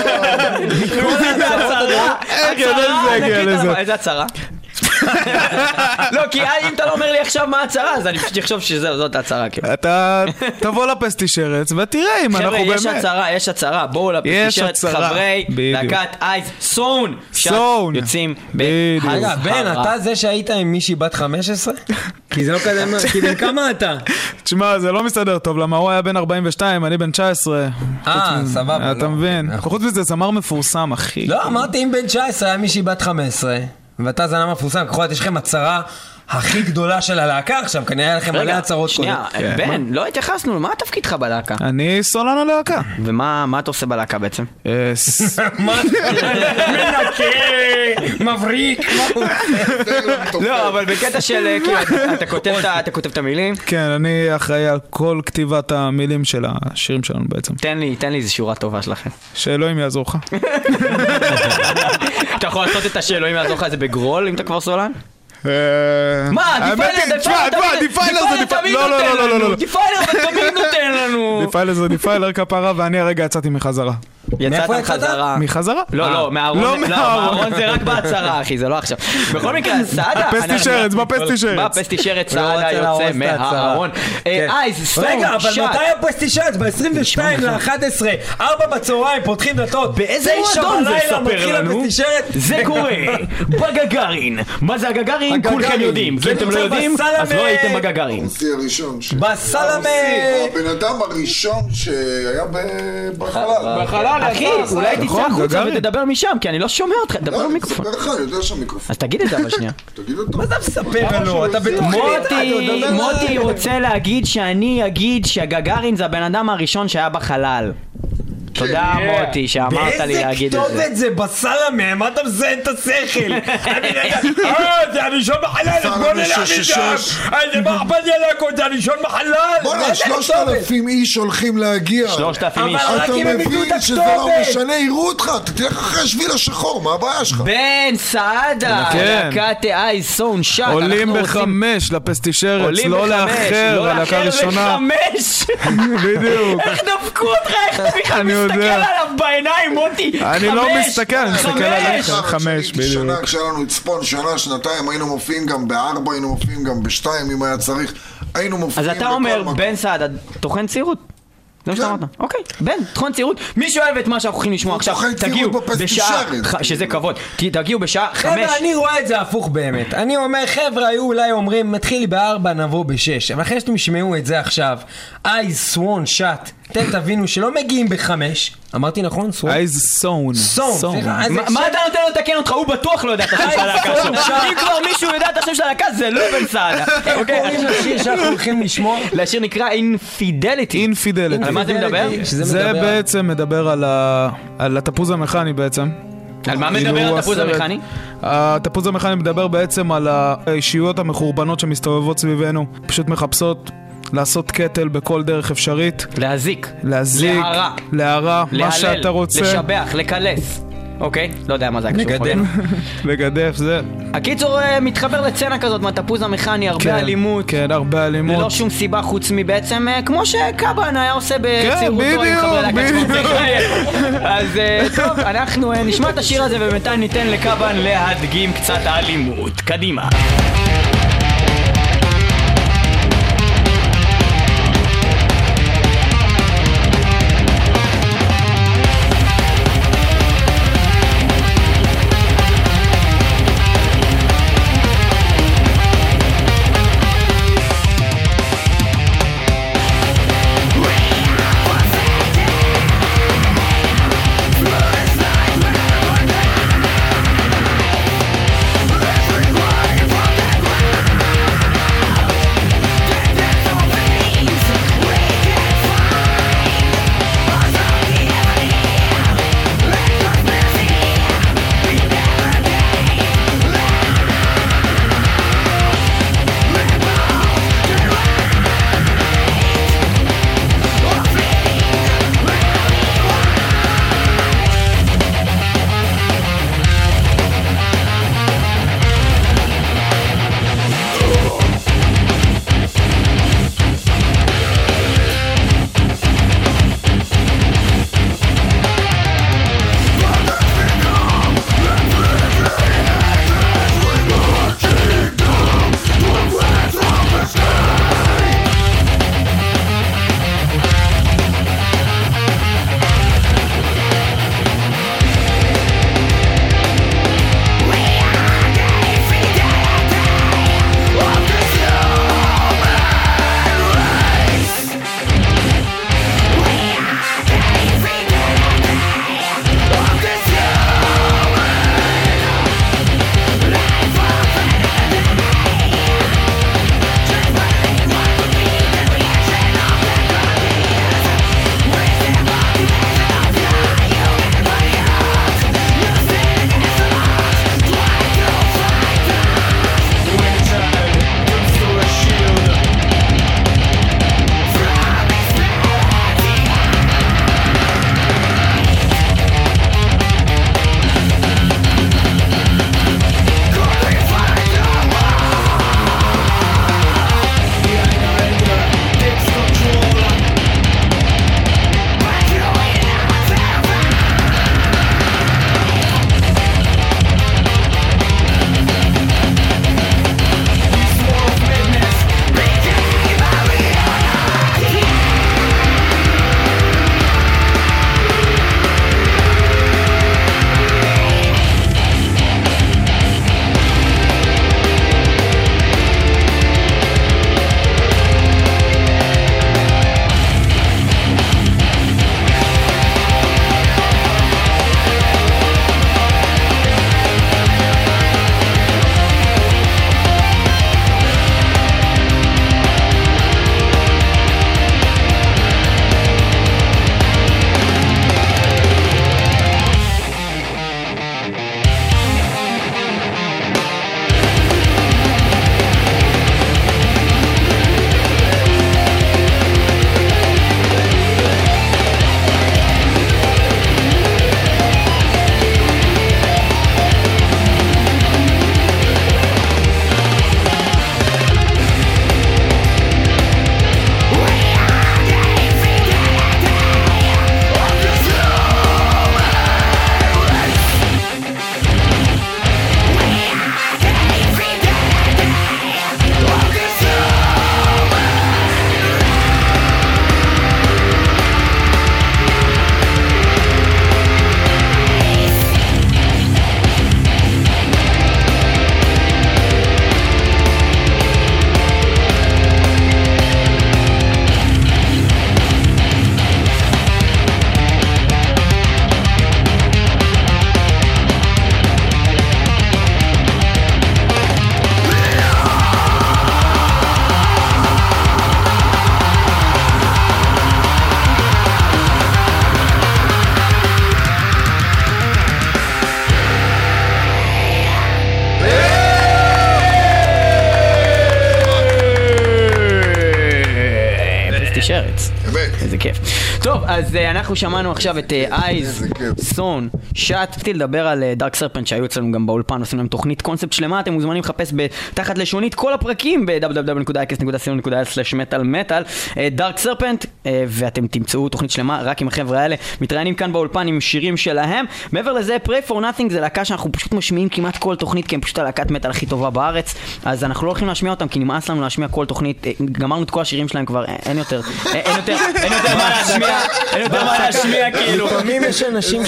כל ההצהרות? איך ידעתי שזה יגיע לזה? איזה הצהרה? לא, כי אם אתה לא אומר לי עכשיו מה הצהרה, אז אני פשוט אחשוב שזאת ההצהרה. אתה תבוא לפסטישרץ ותראה אם אנחנו חבר'ה, באמת... יש הצהרה, יש הצהרה, בואו לפסטישרץ, הצהרה. חברי בדיוק. להקת אייז סון, סון. יוצאים בדיוק. רגע, בן, בהצהרה. אתה זה שהיית עם מישהי בת חמש עשרה? כי זה לא כזה, כי בן כמה אתה? תשמע, זה לא מסתדר טוב, למה הוא היה בן ארבעים ושתיים, אני בן תשע עשרה. אה, סבבה. אתה לא. מבין? חוץ מזה, זמר מפורסם, אחי. לא, אמרתי אם בן תשע עשרה היה מישהי בת חמש עשרה, ואתה זנה מפורסם, ככל יש לכם הצהרה הכי גדולה של הלהקה עכשיו, כנראה היה לכם מלא רגע, הצהרות שנייה, קודם. בן, לא התייחסנו, מה תפקידך בלהקה? אני סולן הלהקה. ומה מה אתה עושה בלהקה בעצם? אה, ס- מה? מנקה, מבריק, מה הוא? לא, אבל בקטע של, אה, כאילו, אתה- אתה כותב את ה- אתה כותב את המילים? כן, אני אחראי על כל כתיבת המילים של השירים שלנו בעצם. תן לי, תן לי איזו שורה טובה שלכם. שאלוהים יעזור לך. אתה יכול לעשות את השאלוהים יעזור לך את זה בגרול, אם אתה כבר סולן? מה, האמת דיפיילר, היא, תשמע, תשמע, דיפיילר זה דיפיילר, לא, לא, לא, לא, לא, לא. דיפיילר תמיד נותן לנו. דיפיילר זה דיפיילר כפרה, ואני הרגע יצאתי מחזרה. יצאת מאיפה יצאת? חזרה. מחזרה? לא, לא, מהארון, לא לא, מהארון. מהארון זה רק בהצהרה, אחי, זה לא עכשיו. בכל מקרה, סעדה... בפסטי אנחנו- שרץ, בפסטי שרץ. בפסטי שרץ, הוא לא סעדה רוצה להרוס יוצא את ההצהרה. מהארון. כן. אייז, סטון, רגע, אבל שאט. מתי הפסטי שרץ? ב-עשרים ושתיים לאחת עשרה, ארבע בצהריים, פותחים דלתות. באיזה תשע מועדון זה? בלילה, ספר מתחיל לנו. הפסטי שרץ. זה קורה בגגארין. מה זה הגגארין? הגגארין. כולכם יודעים. זה אם אתם לא נמצא יודעים, בסלמה. אז לא הייתם בגגארין. הרוסי הראשון. ש- בסלמה. הבן אדם הראשון שהיה ב- בחלל. בחלל, אחי, אולי תצא נכון, החוצה גגארין. ותדבר משם, כי אני לא שומע אותך. דבר לא, אני במיקרופון. מספר לך, אני יודע שהמיקרופון. אז תגיד את זה אבל שנייה. תגיד אותו. מה אתה מספר לנו? אתה בתוכנית רדיו, מוטי, דבר מוטי עליי. רוצה להגיד שאני אגיד שהגגארין זה הבן אדם הראשון שהיה בחלל. תודה מוטי שאמרת לי להגיד את באיזה זה. כתובת זה בסלמה? מה אתה מזיין את השכל? אני רגע, אה, זה הראשון בחלל, סלמה בוא נלך שש שש משם. שש. אה, זה מה אכפת לי הלהקות, זה הראשון בחלל. בוא'נה, איזה שלושת כתובת? אלפים איש הולכים להגיע. שלושת אלפים אבל איש. רק אתה אם הם ידעו את מבין שזה לא הכתובת. משנה, יראו אותך, אתה תלך אחרי השביל השחור, מה הבעיה שלך? בן סעדה, כן. להקת אייז סון שאט. עולים אנחנו רוצים- בחמש לפסטי שרץ, עולים לא בחמש, לאחר, לא הלהקה לאחר הראשונה. בחמש. בדיוק. איך דפקו אותך? איך אתה בכלל אני יודע. מסתכל עליו בעיניים, מוטי? אני לא חמש. מסתכל, אני מסתכל חמש. עליך. עכשיו, חמש, כשהייתי שנה, בדיוק. כשהיה לנו צפון שנה, שנתיים, היינו מופיעים גם בארבע, היינו מופיעים גם בשתיים אם היה צריך, היינו מופיעים אז אתה בכל אומר, מקום. בן סעדה, טוחן צעירות. זה מה שאתה כן. אמרת. אוקיי, בן, טוחן צעירות. מי שאוהב את מה שאנחנו הולכים לשמוע עכשיו, טוחן צעירות תגיעו בפסטי בשעה, שרץ. ח- שזה כבוד, ת- תגיעו בשעה חמש. חבר'ה, אני רואה את זה הפוך באמת. אני אומר, חבר'ה, היו אולי אומרים, מתחיל בארבע, נבוא בשש. אבל אחרי שאתם תשמעו את זה עכשיו, אייז סוון שאט, אתם תבינו שלא מגיעים בחמש. אמרתי נכון? סוון? אייז סון. סון, סליחה. אז מה זה מה אתה נותן לו לתקן אותך? הוא בטוח לא יודע את השם של הלהקה שלו. אם כבר מישהו יודע את השם של הלהקה, זה לא בן סעדה. אוקיי, קוראים לשיר שאנחנו הולכים לשמוע. לשיר נקרא אינפידליטי. אינפידליטי. על מה זה מדבר? שזה זה מדבר- בעצם מדבר על ה- על התפוז המכני בעצם. על מה כאילו, מדבר התפוז הסרט- המכני? התפוז המכני מדבר בעצם על האישיות המחורבנות שמסתובבות סביבנו, פשוט מחפשות לעשות קטל בכל דרך אפשרית, להזיק. להזיק, להרע. להרע, מה להלל, שאתה רוצה. לשבח, לקלס. אוקיי, לא יודע מה זה הקשור. מגדף. מגדף זה... הקיצור, מתחבר לצנה כזאת מהתפוז המכני, הרבה כן, אלימות. כן, הרבה אלימות. ללא שום סיבה חוץ מבעצם, כמו שקאבן היה עושה בצעירותו עם בדיוק, חברי להקת בדיוק. שמונה. אז אה, טוב, אנחנו אה, נשמע את השיר הזה ובינתיים ניתן לקאבן להדגים קצת האלימות. קדימה. Fuck פסטי שרץ. אמת. איזה כיף. טוב, אז אנחנו שמענו עכשיו את אייז, סון, שאט. רציתי לדבר על דארק סרפנט שהיו אצלנו גם באולפן, עושים להם תוכנית קונספט שלמה, אתם מוזמנים לחפש בתחת לשונית כל הפרקים ב-דאבליו דאבליו דאבליו נקודה אייקס נקודה סי או נקודה איי אל סלאש מטאל מטאל דארק סרפנט, ואתם תמצאו תוכנית שלמה רק עם החבר'ה האלה, מתראיינים כאן באולפן עם שירים שלהם. מעבר לזה, Pray for Nothing זה להקה שאנחנו פשוט משמיעים כמעט כל תוכנית, כי הם פשוט הלהקת מטאל הכי טובה בארץ, אז אנחנו לא הולכים להשמיע אותם, כי נמאס לנו להשמיע כל תוכנית, גמרנו את כל השירים שלהם כבר, אין יותר, אין יותר, אין יותר מה להשמיע, אין יותר מה להשמיע, כאילו. לפעמים יש אנשים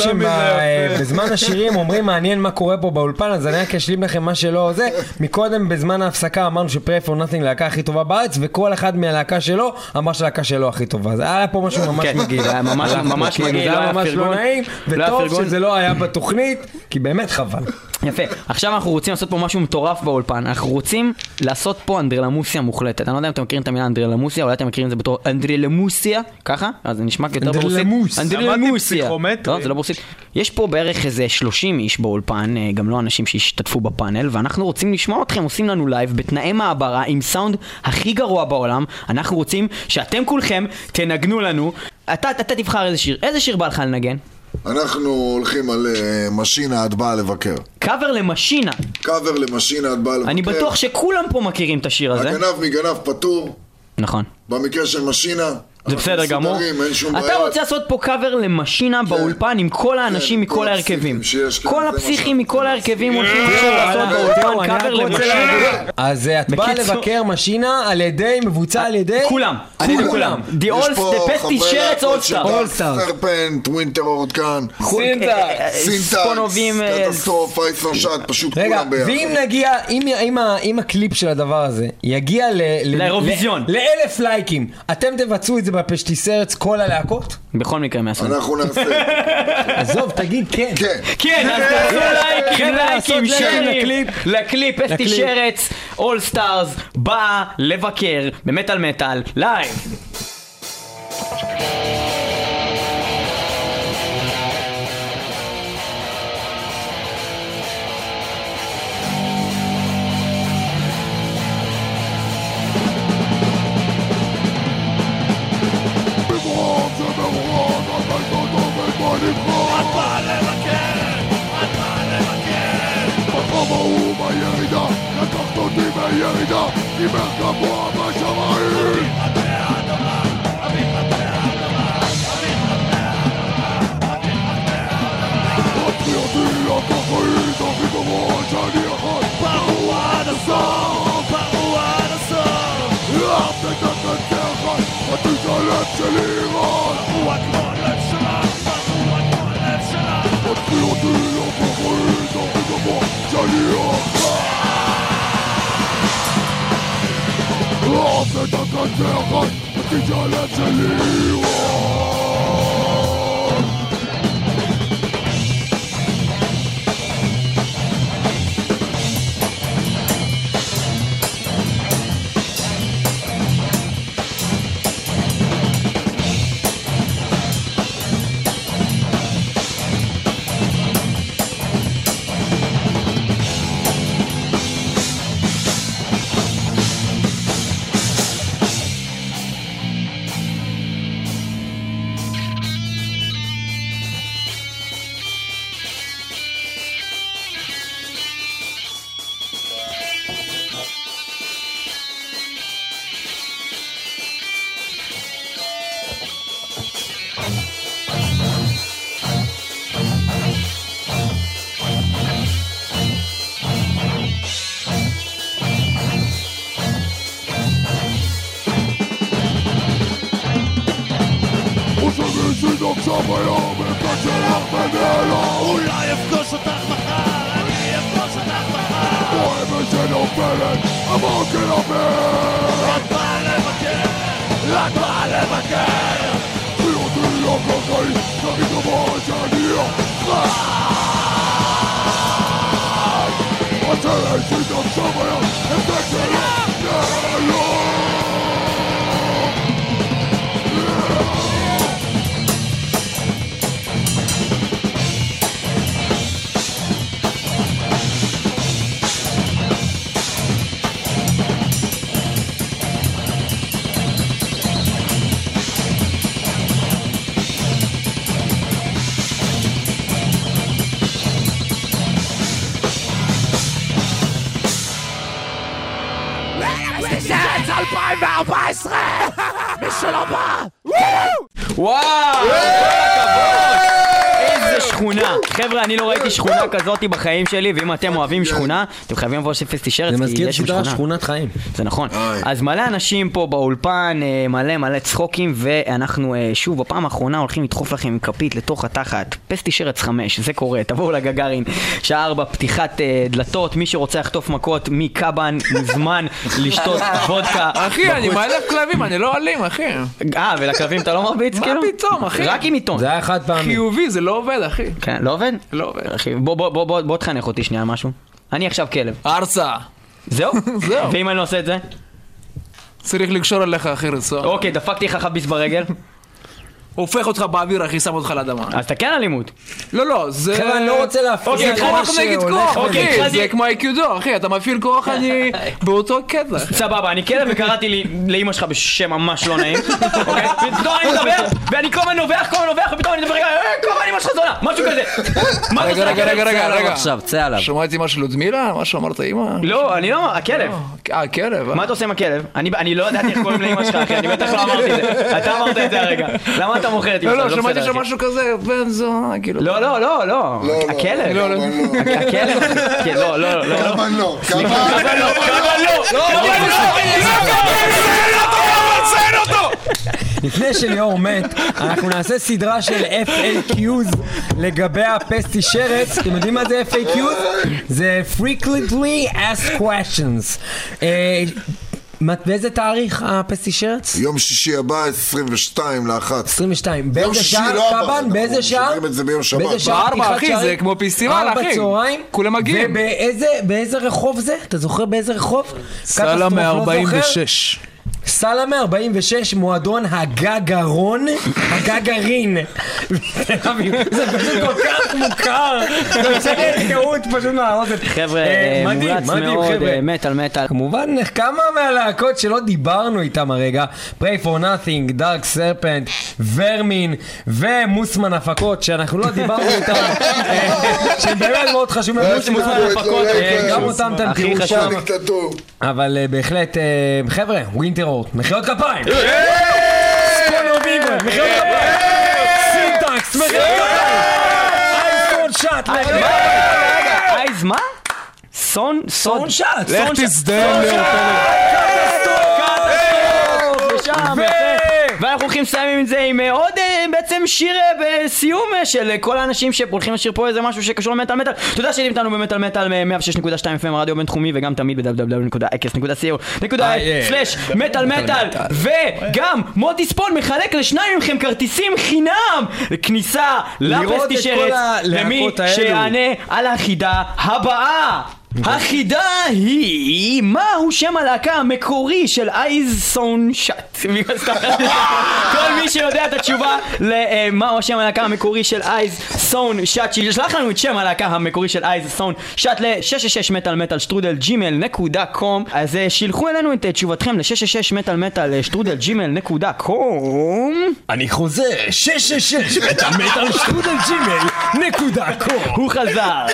שבזמן השירים אומרים, מעניין מה קורה פה באולפן, אז אני רק אשלים לכם מה שלא זה. מקודם בזמן ההפסקה אמרנו ש-Pray for Nothing להקה הכי טובה בארץ, וכל אחד מהלהקה שלו אמר שהלהקה שלו הכי טובה. זה היה פה משהו ממש מגעיל. ממש מגעיל, זה היה ממש לא נעים, וטוב שזה לא היה בתוכנית, כי באמת חבל. יפה. עכשיו אנחנו רוצים לעשות פה משהו מטורף באולפן. אנחנו רוצים לעשות פה אנדרלמוסיה מוחלטת. אני לא יודע אם אתם מכירים את המילה אנדרלמוסיה, אולי אתם מכירים את זה בתור אנדרלמוסיה, ככה? אז זה נשמע יותר ברוסית. אנדרלמוס. אנדרלמוסיה. לא, זה לא ברוסית. יש פה בערך איזה שלושים איש באולפן, גם לא אנשים שהשתתפו בפאנל, ואנחנו רוצים לשמוע אתכם, עושים לנו לייב בתנאי מעברה עם סאונד הכי גרוע בעולם. אנחנו רוצים שאתם כולכם תנגנו לנו. אתה, אתה תבחר איזה שיר. איזה שיר בא לך לנגן? אנחנו הולכים על משינה, את באה לבקר. קאבר למשינה. קאבר למשינה, את באה לבקר. אני בטוח שכולם פה מכירים את השיר הזה. הגנב מגנב פטור. נכון. במקרה של משינה. זה בסדר גמור. אתה רוצה לעשות פה קאבר למשינה באולפן עם כל האנשים מכל ההרכבים. כל הפסיכים מכל ההרכבים הולכים לעשות באולפן קאבר למשינה. אז את באה לבקר משינה על ידי, מבוצע על ידי? כולם. כולם. The All The Pesty Shirts All Stars. סרפנט, ווינטר אורד כאן. סינטה. ספונובים. קטסטרופה, אייסר שט, פשוט כולם ביחד. ואם נגיע, אם הקליפ של הדבר הזה יגיע לאירוויזיון. לאלף לייקים, אתם תבצעו את זה בפסטי שרץ כל הלהקות? בכל מקרה מהסון. אנחנו נעשה. עזוב, תגיד כן. כן. כן, אז תעשו לייקים, לייקים, שיירים לקליפ פסטי שרץ, אול סטארס, בא לבקר במטל מטל, לייב. את באה לבקר, את באה לבקר בחום ההוא בירידה, לקחת אותי בירידה דיבר גבוה בשמיים אביב האדמה, אביב האדמה, אביב האדמה, תחי אותי לקחית הכי גבוה שאני יכול פרו עד הסוף, פרו עד הסוף אהבת את הקצה אחד, רצית הלב שלי רע פרו כמו הלב שלך תתחיל אותי לקחית הכי גבוה שאני אוכל אהבת את הקצה אחד, רצית הלב שלי רע עכשיו היום מקצר לך בנעלה אולי אפגוש אותך מחר, אני אפגוש אותך מחר אוהבת שנופלת, עמוק אל הבר את באה לבקר, את באה לבקר תחי אותי לקחית, תגיד גבוה שאני אוכל רוצה להשית עכשיו היום הפסק שלך נעלה ארבע עשרה! מישהו לא בא! וואו! כל הכבוד! איזה שכונה! חבר'ה, אני לא ראיתי שכונה כזאת בחיים שלי, ואם אתם אוהבים שכונה, אתם חייבים לבוא לפסטי שרץ, זה כי מזכיר יש שם סדרה שכונה. שכונת חיים. זה נכון. אז מלא אנשים פה באולפן, מלא מלא צחוקים, ואנחנו שוב בפעם האחרונה הולכים לדחוף לכם עם כפית לתוך התחת. פסטי שרץ חמש, זה קורה, תבואו לגגרין, שעה ארבע, פתיחת דלתות, מי שרוצה לחטוף מכות מקבן, מוזמן לשתות וודקה. אחי, אני מעלה כלבים, אני לא אלים, אחי. אה, ולכלבים אתה לא מרביץ כאילו? מה פתאום, אחי? רק עם עיתון. זה היה חד פעמי. חיובי, זה לא עובד, אחי. כן, לא עובד? לא עובד. אחי, בוא, בוא, בוא, בוא, בוא תחנך אותי שנייה משהו. אני עכשיו כלב. ארצה. זהו? זהו. ואם אני לא עושה את זה? צריך לקשור עליך, אחי, רצוע. אוקיי, דפקתי לך חביס ברגל. הופך אותך באוויר, אחי, שם אותך לאדמה. אז אתה כן אלימות. לא, לא, זה... חבר'ה, אני לא רוצה להפריע. זה כוח נגד כוח, אוקיי, אחי, זה כמו איקיודו, אחי, אתה מפעיל כוח, אני באותו קטע. סבבה, אני כלב וקראתי לי לאמא שלך בשם ממש לא נעים. אוקיי? פתאום אני מדבר, ואני כל הזמן נובח, כל הזמן נובח, ופתאום אני מדבר, רגע, כל הזמן אמא שלך זונה, משהו כזה. מה אתה רגע, רגע, רגע, רגע, רגע. עכשיו, צא עליו. שמעתי משהו לודמילה? מה שאמרת אימא? לא, אני לא, הכלב. אה, כלב. מה אתה עושה עם הכלב? אני לא ידעתי איך קוראים לאמא שלך, אחי, אני בטח לא אמרתי את זה. אתה אמרת את זה הרגע. למה אתה מוכר את אמא שלך? לא, שמעתי שם משהו כזה, בן זונה, כאילו. לא, לא, לא, לא. הכלב. לא, לא, לא. הכלב. כן, לא, לא, לא. כמובן לא. כמובן אבל לא, אבל לא. לפני שליאור מת, אנחנו נעשה סדרה של אף איי קיוז לגבי הפסטי שרץ. אתם יודעים מה זה אף איי קיוז? זה frequently asked questions. אה, באיזה תאריך הפסטי שרץ? יום שישי הבא, עשרים ושתיים לאחת. עשרים ושתיים. יום באיזה שישי שעה, לא הבא, קבן? באיזה אנחנו שעה? משדרים את זה ביום שבת. באיזה שעה? בארבע, פתיחת אחי, שערים? זה כמו פסטיבל, ארבע אחי. צהריים. כולם מגיעים. ובאיזה באיזה רחוב זה? אתה זוכר באיזה רחוב? סלמה ארבעים ושש. סלמה ארבעים ושש, מועדון הגגרון, הגגרין. זה פשוט כל כך מוכר. זה שקט תקעות פשוט מהרוס את... חבר'ה, מומלץ מאוד, מטל מטל. כמובן, כמה מהלהקות שלא דיברנו איתם הרגע, Pray for Nothing, Dark Serpent, ורמין ומוסמן הפקות, שאנחנו לא דיברנו איתם, שהם באמת מאוד חשובים. מוסמן הפקות, גם אותם אתם תראו שם. אבל בהחלט, חבר'ה, ווינטר אורט, מחיאות כפיים! ספונו ויבר, מחיאות כפיים! סינטקס, מחיאות כפיים! אייז שאט, אייז מה? סון? סון שאט! לך תזדהם ושם, ואנחנו הולכים לסיים עם זה עם עוד בעצם שיר בסיום של כל האנשים שהולכים לשיר פה איזה משהו שקשור למטל מטל. תודה שהייתם איתנו במטל מטל מאה ושש נקודה שתיים אף אם רדיו בינתחומי, וגם תמיד ב-דאבליו דאבליו דאבליו נקודה אקס נקודה סי או נקודה סלאש מטל מטל. וגם מוטי ספון מחלק לשניים מכם כרטיסים חינם לכניסה לפסטי שרץ למי שיענה על החידה הבאה. החידה היא מהו שם הלהקה המקורי של אייז סון שאט. כל מי שיודע את התשובה למהו שם הלהקה המקורי של אייז סון שאט, שישלח לנו את שם הלהקה המקורי של אייז סון שאט ל-שש שש שש מטל מטל שטרודל ג'ימייל נקודה קום. אז שילחו אלינו את תשובתכם ל-שש שש שש מטל מטל שטרודל ג'ימייל נקודה קום. אני חוזר, שש שש שש מטל מטל שטרודל ג'ימייל נקודה קום. הוא חזר.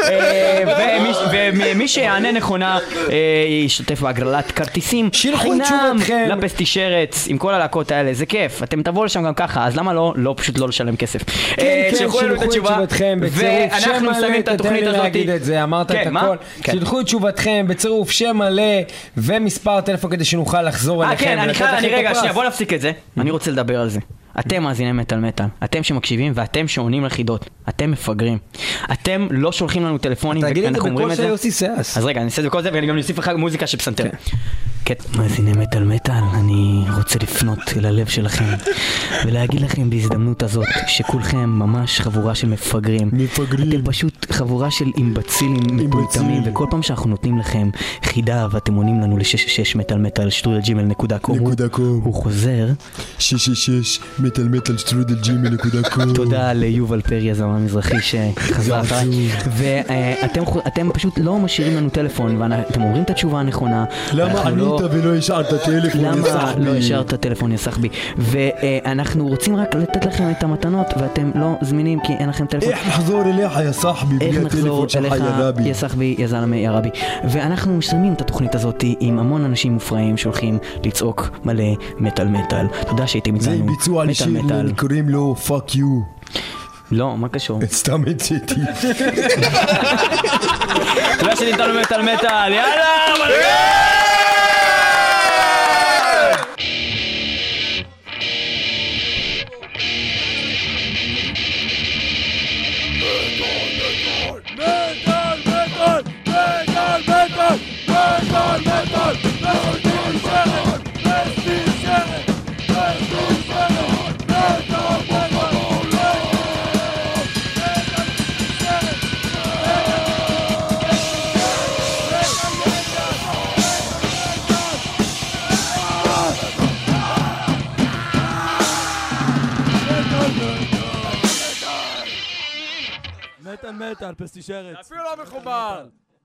ומי שיענה נכונה ישתתף בהגרלת כרטיסים חינם לפסטי שרץ עם כל הלהקות האלה. זה כיף, אתם תבואו לשם גם ככה, אז למה לא? לא, פשוט לא לשלם כסף. שלחו לנו את תשובתכם בצירוף שם מלא, תתן לי להגיד את זה, אמרת את הכל. שלחו את תשובתכם בצירוף שם מלא ומספר טלפון כדי שנוכל לחזור אליכם. כן, אני רגע, שנייה, בוא נפסיק את זה, אני רוצה לדבר על זה. אתם מאזינים מטל מטל, אתם שמקשיבים ואתם שעונים לחידות, אתם מפגרים. אתם לא שולחים לנו טלפונים ואנחנו אומרים את זה. אז רגע, אני אעשה את זה בכל זה ואני גם נוסיף לך מוזיקה של פסנתר. מאזיני מטל מטל, אני רוצה לפנות אל הלב שלכם ולהגיד לכם בהזדמנות הזאת שכולכם ממש חבורה של מפגרים. מפגרים. אתם פשוט חבורה של אימבצילים מטומטמים, וכל פעם שאנחנו נותנים לכם חידה ואתם עונים לנו ל-שש שש שש מטל מטל שטרודל ג'ימייל נקודה קום, הוא חוזר שש שש שש מטל מטל שטרודל ג'ימייל נקודה קום. תודה ליובל פרי הזמר המזרחי שחזר אחריי. ואתם פשוט לא משאירים לנו טלפון ואתם אומרים את התשובה הנכונה. למה אני ולא השארת טלפון למה לא השארת טלפון יא סחבי? ואנחנו רוצים רק לתת לכם את המתנות ואתם לא זמינים כי אין לכם טלפון. איך נחזור אליך יא סחבי? איך נחזור אליך, יא סחבי, יא זלמה, יא רבי. ואנחנו מסיימים את התוכנית הזאת עם המון אנשים מופרעים שהולכים לצעוק מלא מטל מטל. תודה שהייתם איתנו. זה ביצוע על שיר, קוראים לו Fuck You. לא, מה קשור? סתם הציתי. תודה שהייתם מטל מטל, יאללה, מלגן! מטל מטל, פסטישרץ. אפילו לא מחובר.